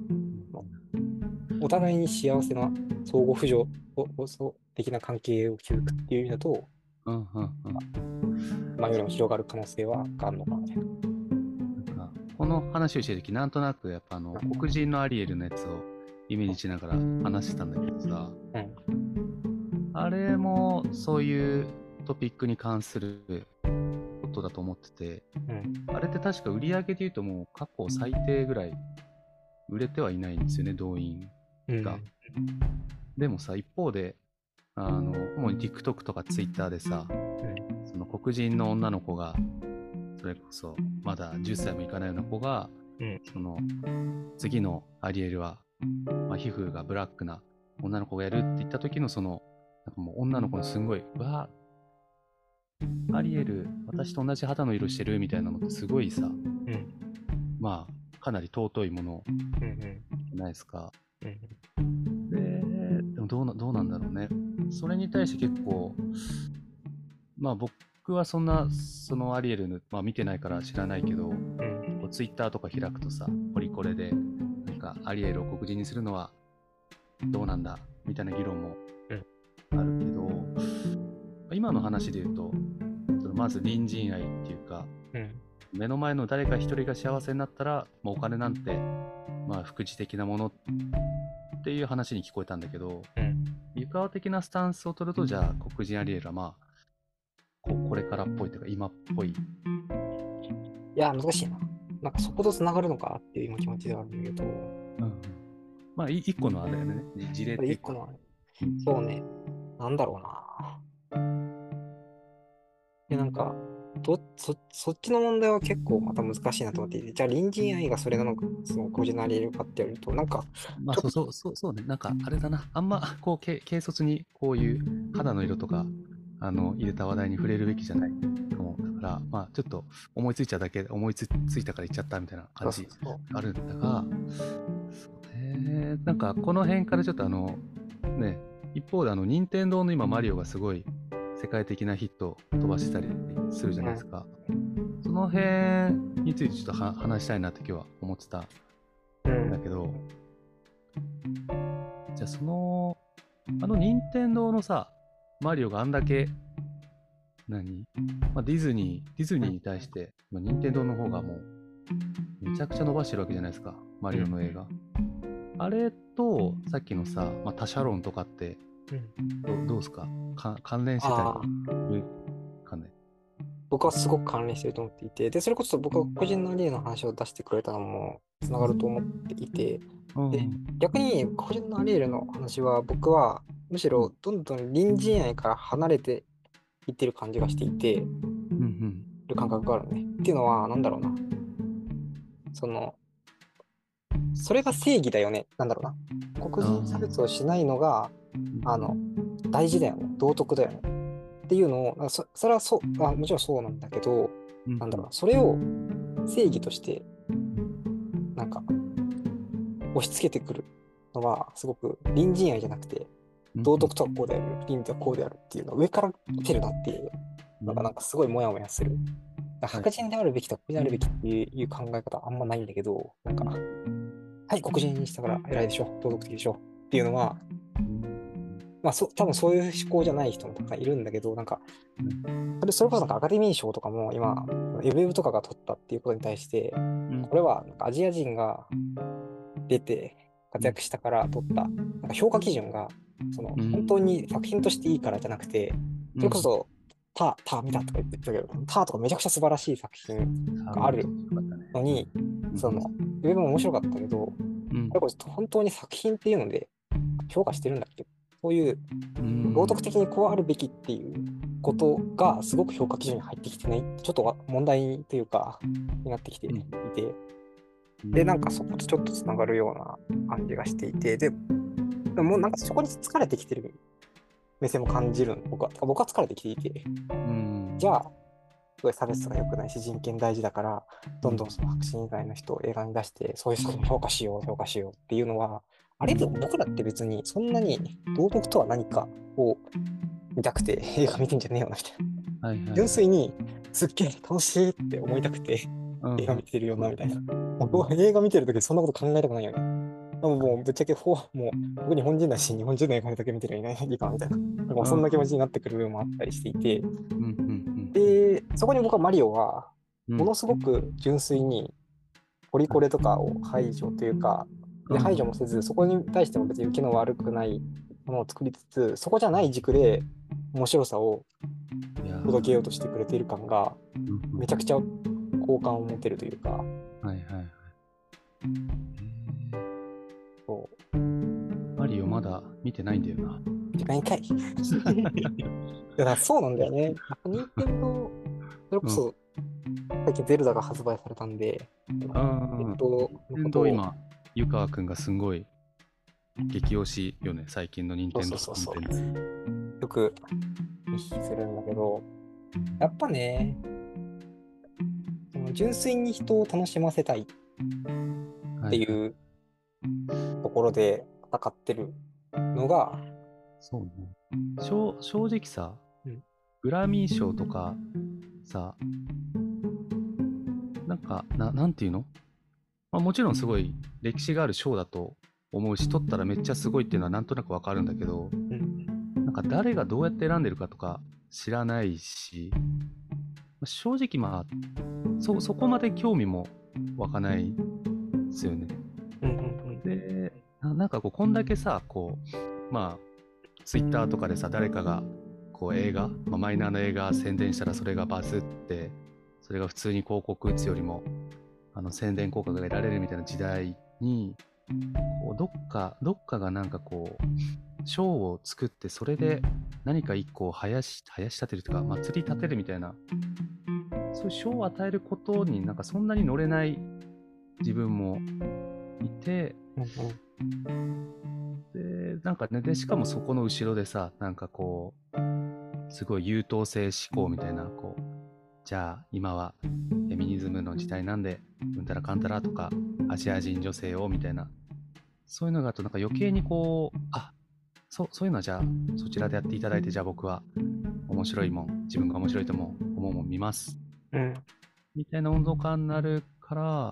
お互いに幸せな相互扶助的な関係を築くっていう意味だと、 うん。うん。 前よりも広がる可能性はあるのかなみたいな。 なんかこの話をしてるとき、なんとなくやっぱあの黒人のアリエルのやつをイメージしながら話してたんだけどさ、 うん、 あれもそういうトピックに関することだと思ってて、 うん、 あれって確か売り上げで言うともう過去最低ぐらい売れてはいないんですよね、動員が。 うん、 でもさ、一方で、あの、主に TikTok とか Twitter でさ、 うん、 その黒人の女の子が、それこそまだじゅっさいもいかないような子が、 うん、 その次のアリエルは、まあ、皮膚がブラックな女の子がやるって言った時のその、なんかもう女の子のすんごい、うわアリエル、私と同じ肌の色してるみたいなのってすごいさ、 うん、 まあ、かなり尊いものうん、 じゃないですか。 うん、 で、でもどうな、どうなんだろうね。それに対して結構、まあ僕はそんな、そのアリエルの、まあ見てないから知らないけど、 うん、 こうツイッターとか開くとさ、ポリコレで、なんかアリエルを黒人にするのはどうなんだみたいな議論もあるけど、今の話で言うと、そのまず隣人愛っていうか、 うん、 目の前の誰か一人が幸せになったら、まあ、お金なんて、まあ、副次的なものっていう話に聞こえたんだけど、 うん。 湯川的なスタンスを取ると、じゃあ黒人アリエルはまあここれからっぽいというか今っぽい。 いや、難しいな。なんかそことつながるのかっていう今気持ちではあるんだけど、 うん、まあい一個のあれだよね、事例っていうか。 一個の、そうね、なんだろうな。で、なんか、 どそ、そっちの問題は結構また難しいなと思っていて、じゃあ隣人愛がそれなのか、その個人のあり得るかって言われると、なんか、 まあ、 ちょっと、 そうそうそうそうね。なんか、あれだな。あんま、こう、け軽率に、こういう肌の色とか、あの、入れた話題に触れるべきじゃないと思う。だから、まあ、ちょっと思いついちゃだけ、思いつついたから言っちゃったみたいなそうそ感じうそう。 あるんだが、そうね。なんか、この辺からちょっとあの、ね、一方であの、任天堂の今、マリオがすごい世界的なヒットを飛ばしたりするじゃないですか。その辺についてちょっとは話したいなって今日は思ってたうんん。 だけど、じゃあその、あの任天堂のさ、マリオがあんだけ、何、まあ、ディズニー、ディズニーに対して、まあ、任天堂の方がもう、めちゃくちゃ伸ばしてるわけじゃないですか、マリオの映画。あれと、さっきのさ、まあ、他社論とかってうんど、どうすかか関連してたりああ、 するかね。 僕はすごく関連してると思っていて、で、それこそ僕は個人の例の話を出してくれたのもつながると思っていて、で、 うん。 逆に個人のアリエルの話は僕はむしろどんどん隣人愛から離れていってる感じがしていて、 うんうん。 る感覚があるね。っていうのは、なんだろうな。その、それが正義だよね。なんだろうな。黒人差別をしないのが、あの、大事だよね。道徳だよね。っていうのを、なんかそ、それはそう、あ、もちろんそうなんだけど、 うんなんだろうな。それを正義として、なんか、押し付けてくるのは、すごく隣人愛じゃなくて、道徳とはこうである、倫理とはこうであるっていうのは上から来てるなっていうのが、なんかすごいモヤモヤする。白人であるべきと黒人であるべきっていう考え方はあんまないんだけど、なんか、はい、黒人にしたから偉いでしょ、道徳的でしょっていうのは、まあ、そ多分そういう思考じゃない人もたくさんいるんだけど、なんか、それそれこそなんかアカデミー賞とかも今、ウェブとかが取ったっていうことに対して、これはなんかアジア人が出て活躍したから取った、なんか評価基準が、その本当に作品としていいからじゃなくて、それこそ、ター、ター見たとか言ってたけど、ターとかめちゃくちゃ素晴らしい作品があるのに、その、ウェブも面白かったけど、それこそ本当に作品っていうので評価してるんだっけ、そういう道徳的にこうあるべきっていうことがすごく評価基準に入ってきてない、ちょっと問題というか、になってきていて、で、なんかそことちょっとつながるような感じがしていて、で、でもなんかそこに疲れてきてる目線も感じるの、僕は。僕は疲れてきていて、じゃあ、すごい差別とか良くないし、人権大事だから、どんどんその白人以外の人を映画に出して、そういう人も評価しよう、評価しようっていうのは、あれでも僕らって別にそんなに道徳とは何かを見たくて映画見てんじゃねえよなみたいな。はいはい、純粋にすっげえ楽しいって思いたくて映画見てるよなみたいな。僕は映画見てるときそんなこと考えたくないよね。もう、もうぶっちゃけフォー、もう僕日本人だし、日本人の映画だけ見てるよね、いいかみたいな。なんかもうそんな気持ちになってくる部分もあったりしていて、で、そこに僕はマリオは、ものすごく純粋に、ポリコレとかを排除というか、で排除もせず、そこに対しても別に受けの悪くないものを作りつつ、そこじゃない軸で面白さを届けようとしてくれている感が、めちゃくちゃ好感を持てるというか。はいはいはい。 そう。マリオまだ見てないんだよな。 見てないんかい。いやだそうなんだよね。任天堂、それこそ、最近ゼルダが発売されたんで、 あえっと、任天堂今、湯川くんがすごい激推しよね、最近の任天堂。 そうそうそうそう。よく意識するんだけど、やっぱね、純粋に人を楽しませたいっていうところで戦ってるのが、はい、 そうね。正正直さ、うん、グラミー賞とかさ、なんか、ななんていうの、まあ、もちろんすごい歴史がある賞だと思うし、取ったらめっちゃすごいっていうのはなんとなくわかるんだけど、うん、なんか誰がどうやって選んでるかとか知らないし、正直まあ、そ、そこまで興味も湧かないですよね。で、なんかこう、こんだけさ、こう、まあ、ツイッターとかでさ、誰かがこう映画、まあ、マイナーの映画宣伝したらそれがバズって、それが普通に広告打つよりも、あの宣伝効果が得られるみたいな時代に、こうどっか、どっかがなんかこう、ショーを作って、それで何か一個を生やし、生やし立てるとか、祭り立てるみたいなそういう賞を与えることになんかそんなに乗れない自分もいて、 うんうんで、なんかね、で、しかもそこの後ろでさ、なんかこう、すごい優等生思考みたいな、こう、じゃあ今はフェミニズムの時代なんで、うんたらかんたらとか、アジア人女性をみたいな、そういうのがあるとなんか余計にこう、あ、そうそういうのはじゃあそちらでやっていただいて、じゃあ僕は面白いもん、自分が面白いと思う思うもん見ます。 うんみたいな温度感になるから、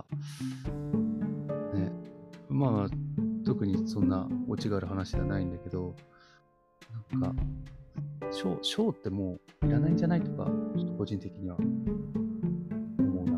ね、まあ、特にそんなオチがある話ではないんだけど、なんか、ショー、ショーってもういらないんじゃないとか、ちょっと個人的には思うな。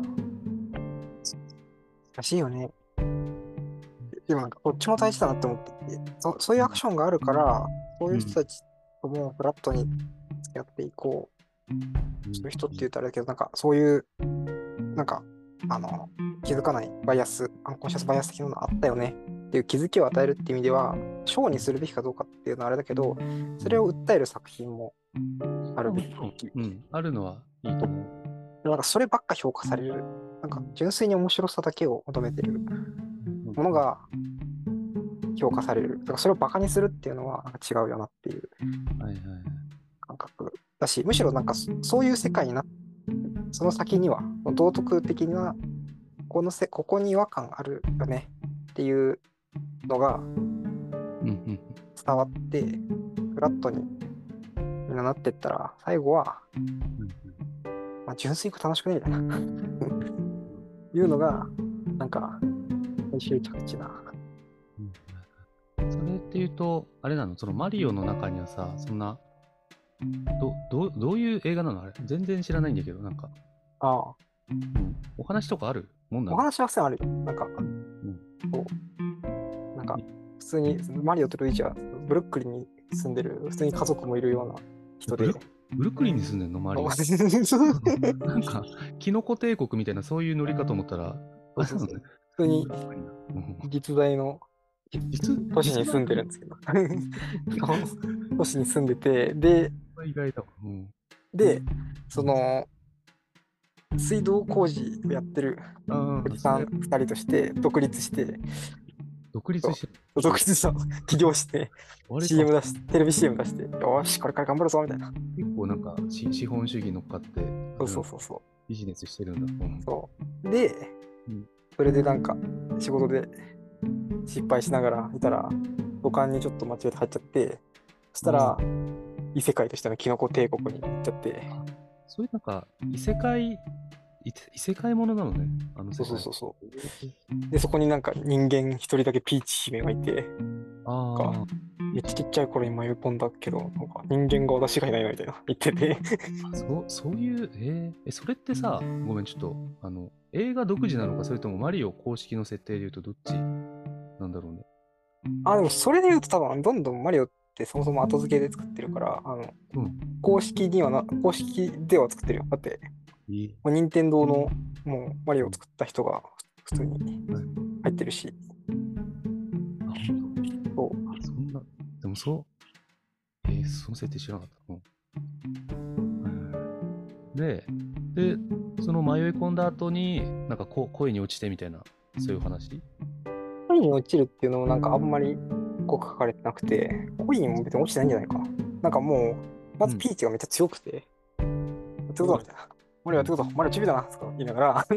らしいよね。でもなんかこっちも大事だなって思っていて、そ、そういうアクションがあるから、そういう人たちともフラットに付き合っていこう。そういう人って言ったらあれだけど、なんかそういう、なんか、あの、気づかないバイアス、アンコンシャスバイアス的なのあったよねっていう気づきを与えるっていう意味では、ショーにするべきかどうかっていうのはあれだけど、それを訴える作品もあるべき。 うん、あるのはいいと思う。 なんかそればっか評価される、なんか純粋に面白さだけを求めてるものが評価される。だからそれをバカにするっていうのはなんか違うよなっていうはいはい。 感覚だし、むしろなんかそそういう世界になっその先には道徳的なこのせここに違和感あるよねっていうのがうんうん伝わってフラットにみんななってったら最後は、まあ、純粋に楽しくねみたいないうのがなんか最終着地な。 それっていうと、あれなの、そのマリオの中にはさ、そんな、どどうどういう映画なのあれ全然知らないんだけど、なんか、 ああ、 うん、お話とかあるもんなの？ お話は普通にあるよ。なんか、 うんこうなんか普通にマリオとルイージはブルックリンに住んでる普通に家族もいるような人でブルブルックリンに住んでんのマリオ。なんか、キノコ帝国みたいなそういう乗りかと思ったら、 そうそうそうあれなのね。 普通にブルックリンだうん実在の実都市に住んでるんですけど都市に住んでてで意外だわ。うんでその水道工事をやってるああ、 おじさんそれ、 ふたりとして独立して独立してる。 独立したの起業して割とシーエム 出してテレビ シーエム 出してよしこれから頑張るぞみたいな。 結構なんかし資本主義乗っかってそうそうそうそうビジネスしてるんだ。うんそうで、 うんそれでなんか仕事で失敗しながらいたら土管にちょっと間違えて入っちゃって、そしたら異世界としてのキノコ帝国に行っちゃって、 そういうなんか異世界異異世界ものなのね。あの世界。 そうそうそうそうでそこになんか人間一人だけピーチ姫がいて、 あなんかめっちゃちっちゃい頃に迷い込んだけどなんか人間が私がいないのみたいな言っててあ、そうそういうえーえそれってさ、ごめんちょっとあの映画独自なのかそれともマリオ公式の設定で言うとどっちなんだろうね。 あでもそれで言うと多分どんどんマリオってそもそも後付けで作ってるからあの、 うん、 公式にはな公式では作ってるよ。だっていい。 もう任天堂のもうマリオを作った人が普通に入ってるし、 あ、 そうあそんな、でもそう、えー、その設定知らなかった。うんで、で、その迷い込んだ後に、なんかこ恋に落ちてみたいな、そういう話。 恋に落ちるっていうのもなんかあんまり濃く書かれてなくて、恋にも別に落ちてないんじゃないかな。なんかもう、まずピーチがめっちゃ強くて、やってことだみたいな。マリオやってこと、マリオチビだなとか言いながら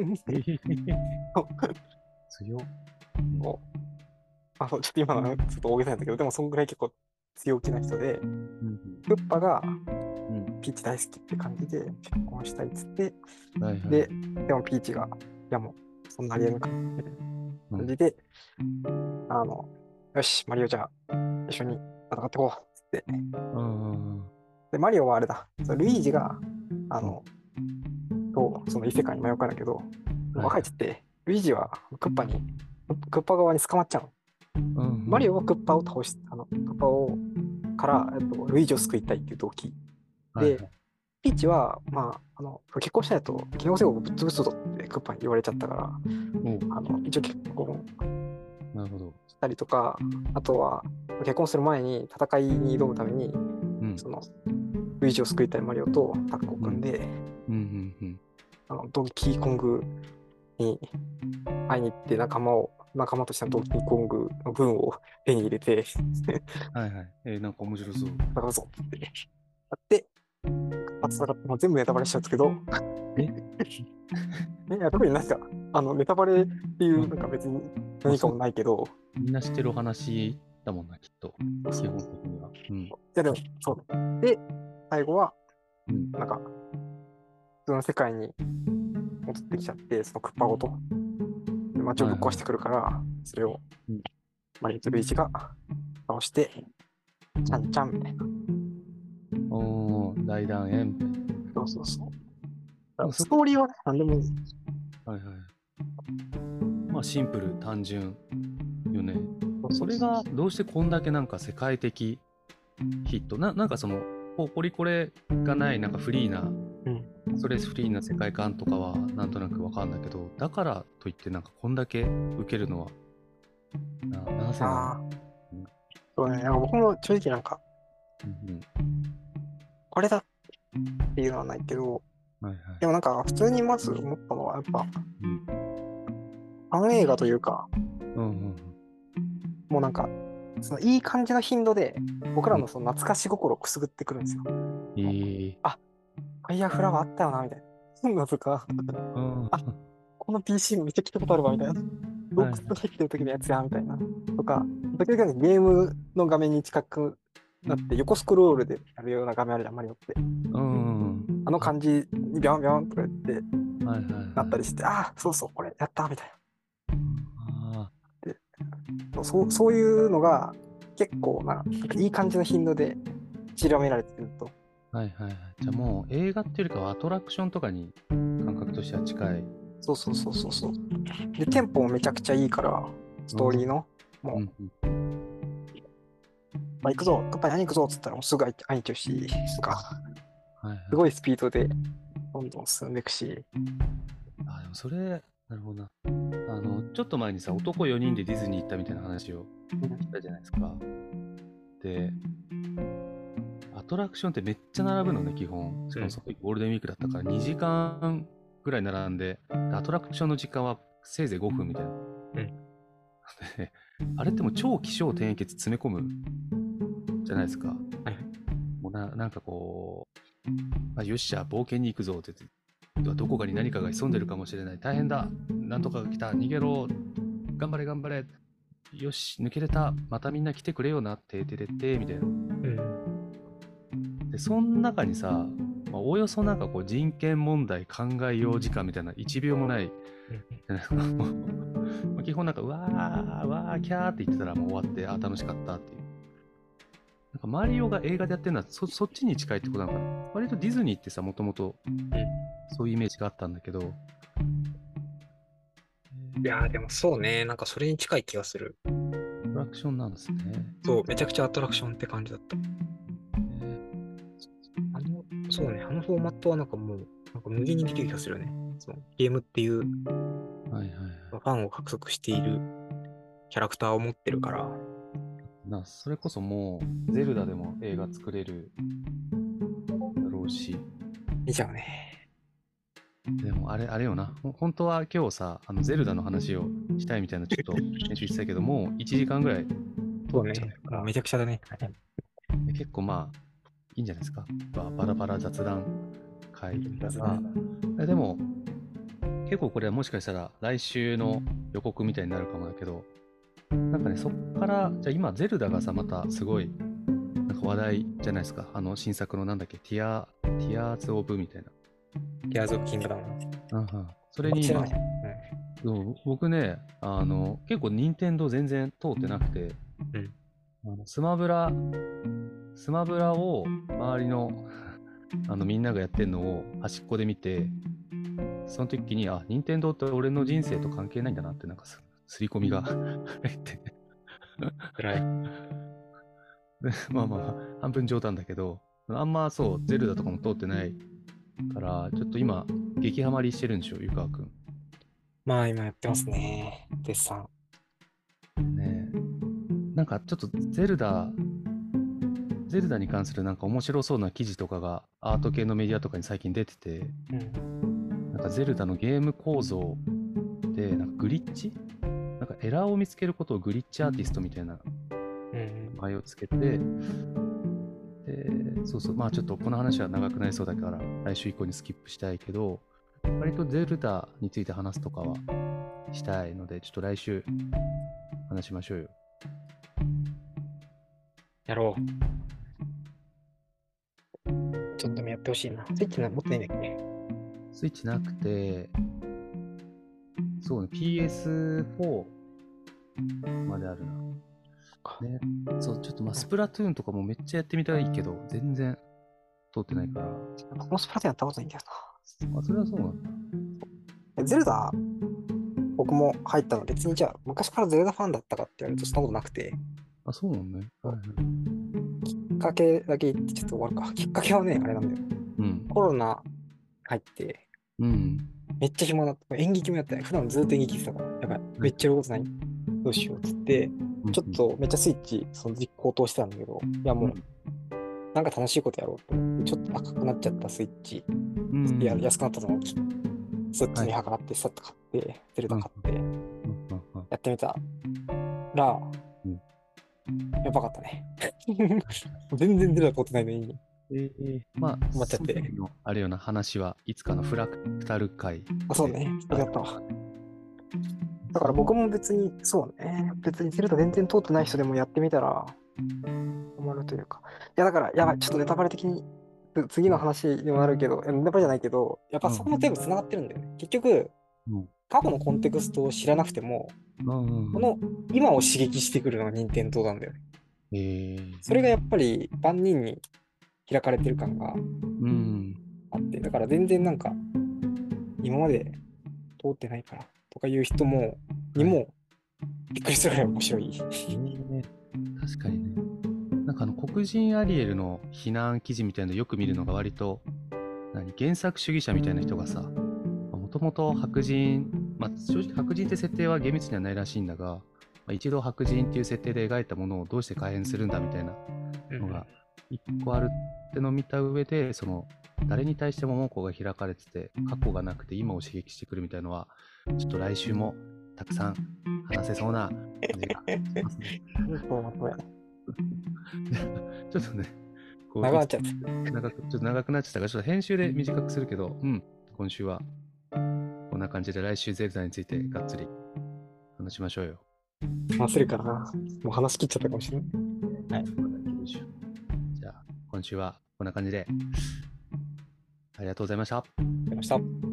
強っ。 こうあそうちょっと今のはちょっと大げさなんだけど、でもそんぐらい結構強気な人で、 うんクッパがうんピーチ大好きって感じで結婚したいっつって、 はいはい、 で、でもピーチが、いやもう、そんなありえんかみたいな感じで、あの、よし、マリオじゃあ、一緒に戦ってこうっつって。 うんで、マリオはあれだ、そのルイージが、あの、とその異世界に迷うからだけど、若いっつって、ルイージはクッパに、クッパ側に捕まっちゃうの。 うんマリオはクッパを倒し、あの、クッパを、から、えっと、ルイージを救いたいっていう動機。で、 はいはいピーチは、まあ、あの結婚しないと、機能性をぶっ潰すぞってクッパに言われちゃったから、 おあの一応結婚なるほど。 したりとか、あとは結婚する前に戦いに挑むために、 うんそのルイージを救いたいマリオとタッグを組んで、 うんうんうんあのドンキーコングに会いに行って仲間を、仲間としてのドンキーコングの分を手に入れて、 はいはい。えー、なんか面白そう。 だからぞってやって、あつながって、もう全部ネタバレしちゃうんですけど、 えいや、特になんか、あの、ネタバレっていう、なんか別に何かもないけど、 みんな知ってるお話だもんな、きっと。基本的には。うん。 いやでも、そう。で、最後は、 うん。 なんか、普通の世界に戻ってきちゃって、そのクッパごと、で街をぶっ壊してくるから、それをうん、 マリオとルイージが倒して、ちゃんちゃんみたいな。 おー、大団円みたいな。 そうそうそう。だからもうそストーリーはね、なんでもいい。 はいはい。まあシンプル、単純よね。 そうそれがどうしてこんだけなんか世界的ヒットな、なんかその、ポポリコレがないなんかフリーな、 うんストレスフリーな世界観とかはなんとなくわかんだけど、だからといってなんかこんだけ受けるのは、ななぜなああの、うんそうね。なんか僕も正直なんか、 うんこれだっていうのはないけど、 うん、はいはい。 でもなんか普通にまず思ったのは、やっぱ、 うんファン映画というか、 うんうんもうなんか、そのいい感じの頻度で、僕らのその懐かし心をくすぐってくるんですよ。 うん。えー、 ファイヤーフラワーあったよな、みたいな。そんなとか、 うんあこの ピーシー めっちゃ聞いたことあるわ、みたいな。洞窟入ってる時のやつや、みたいな。とか、時々ゲームの画面に近くなって横スクロールでやるような画面あるじゃん、マリオって。 うんうんあの感じにビョンビョンとか言ってうん。はいはい、はい。 なったりして、ああ、そうそう、これやった、みたいあな。そうそういうのが結構な、なんかいい感じの頻度で散らめられてると。 ーはいはいはい。じゃあもう映画っていうよりかはアトラクションとかに感覚としては近い。 そうそうそうそうそう。で、テンポもめちゃくちゃいいから、ストーリーの、もう、 うんうんまあ、行くぞ、クッパに会いに行くぞっつったらもうすぐ会い会いに行くし、とか、 はいはい、 すごいスピードでどんどん進んでいくし、 あ、でもそれ、なるほどな。あの、ちょっと前にさ、男よにんでディズニー行ったみたいな話をしたじゃないですか。で、アトラクションってめっちゃ並ぶのね、基本。しかもその時ゴールデンウィークだったからにじかんぐらい並んで、でアトラクションの時間はせいぜいごふんみたいな。 うんであれってもう超起承転結詰め込むじゃないですか。 はいもうななんかこう、まあ、よっしゃ、冒険に行くぞって言って、どこかに何かが潜んでるかもしれない。大変だ。なんとかが来た。逃げろ。頑張れ頑張れ。よし、抜けれた。またみんな来てくれよな。ててててみたいな。 うんで、その中にさ、まあ、おおよそなんかこう人権問題考えよう時間みたいないちびょうもない。じゃないですか。もう基本なんか、うわー、わー、キャーって言ってたらもう終わって、あ、楽しかったっていう。なんかマリオが映画でやってるのはそそっちに近いってことなのかな。割とディズニーってさ、もともとそういうイメージがあったんだけど。 いやーでもそうね、なんかそれに近い気がする。 アトラクションなんですね。 そう、めちゃくちゃアトラクションって感じだった。 えあの、そうね、あのフォーマットはなんかもう、なんか無限にできる気がするよね。そのゲームっていうーはいはいはい。 ファンを獲得しているキャラクターを持ってるから、 なそれこそもう、ゼルダでも映画作れるだろうし。 いいじゃんね。 でもあれ、あれよな。ほ本当は今日さ、あのゼルダの話をしたいみたいなちょっと練習してたけど、もういちじかんぐらいそうね撮っちゃうか。らもうめちゃくちゃだね。 で結構まあ、いいんじゃないですか。ババラバラ雑談会が雑談。 えでも、結構これはもしかしたら来週の予告みたいになるかもだけど、なんかね、そっから、じゃあ今、ゼルダがさ、またすごい、なんか話題じゃないですか。あの新作のなんだっけ、ティア、ティアーズ・オブみたいギャーズ・オブ・キングダム。 な。うんうん、それに今知らない。 そう僕ね、あの、結構任天堂全然通ってなくて、 うんあのスマブラ、スマブラを周りのあのみんながやってるのを端っこで見て、その時に、あ、任天堂って俺の人生と関係ないんだなって、なんかす、すり込みが入って。 暗い。 まあまあまあ、半分冗談だけど、あんまそう、ゼルダとかも通ってないから、ちょっと今、激ハマりしてるんでしょ、ゆかわくん。 まあ今やってますね。デッサン。 ねえ。なんかちょっとゼルダ、ゼルダに関するなんか面白そうな記事とかがアート系のメディアとかに最近出てて、 うん。 かゼルダのゲーム構造で、なんかグリッチなんかエラーを見つけることをグリッチアーティストみたいなうん。 名前をつけて、で、そうそう、まあちょっとこの話は長くなりそうだから、来週以降にスキップしたいけど、割とゼルダについて話すとかはしたいので、ちょっと来週話しましょうよ。 やろう。ちょっとやってほしいな。スイッチな持ってないんだっけ？ スイッチなくて、そうね、ピーエスフォー まであるな。ね、そう、ちょっとまあスプラトゥーンとかもめっちゃやってみたいけど、全然通ってないから。 このスプラトゥーンやったことないんだよあ、それはそうなんだ。 な。ゼルダ、僕も入ったの別にじゃあ昔からゼルダファンだったかって言われるとそんなことなくて、 あ、そうなのね。はいはい。 きっかけだけ言ってちょっと終わるか。きっかけはね、あれなんだよ。 うん。 コロナ入って、 うん。 めっちゃ暇だった。演劇もやってない。普段ずっと演劇してたから、やばい、めっちゃやることない。どうしようっつって、ちょっとめっちゃスイッチ、その実行通してたんだけど、いやもう、なんか楽しいことやろうと思って、ちょっと赤くなっちゃったスイッチ、 うん、 いや安くなったのをそっちに計らって、さっと買って、ゼルダ買って、やってみたら、 うん、 やばかったね。全然ゼルダ通ってないのに。 えー、まあ、 思っちゃって。 あれような話はいつかのフラクタル会。 あ、そうね。やったわ。だから僕も別に、そうね。別にゼルダ全然通ってない人でもやってみたら、ハマるというか。いや、だから、やばい、ちょっとネタバレ的に、次の話にもなるけど、ネタバレじゃないけど、やっぱそこも全部繋がってるんだよね。結局、 うん、 過去のコンテクストを知らなくても、 うんうん、 この今を刺激してくるのが任天堂なんだよね。 えー、 それがやっぱり万人に開かれてる感があって、 うん、 だから全然なんか、今まで通ってないからとかいう人も、にもびっくりするぐらい面白い。 えー、確かにね。なんかあの黒人アリエルの非難記事みたいなのよく見るのが割と何原作主義者みたいな人がさ、もともと白人、まあ、正直白人って設定は厳密にはないらしいんだが、まあ、一度白人っていう設定で描いたものをどうして改変するんだみたいなのが一個あるってのを見た上で、その誰に対しても門戸が開かれてて過去がなくて今を刺激してくるみたいなのはちょっと来週もたくさん話せそうな感じがしますね。ちょっとね、こう長くなっちゃった。 長くちょっと長くなっちゃったから、ちょっと編集で短くするけど、うん、今週はこんな感じで来週ゼルダについてがっつり話しましょうよ。 忘れるかな。もう話し切っちゃったかもしれない。はい。 じゃあ、今週はこんな感じで、ありがとうございました。 ありがとうございました。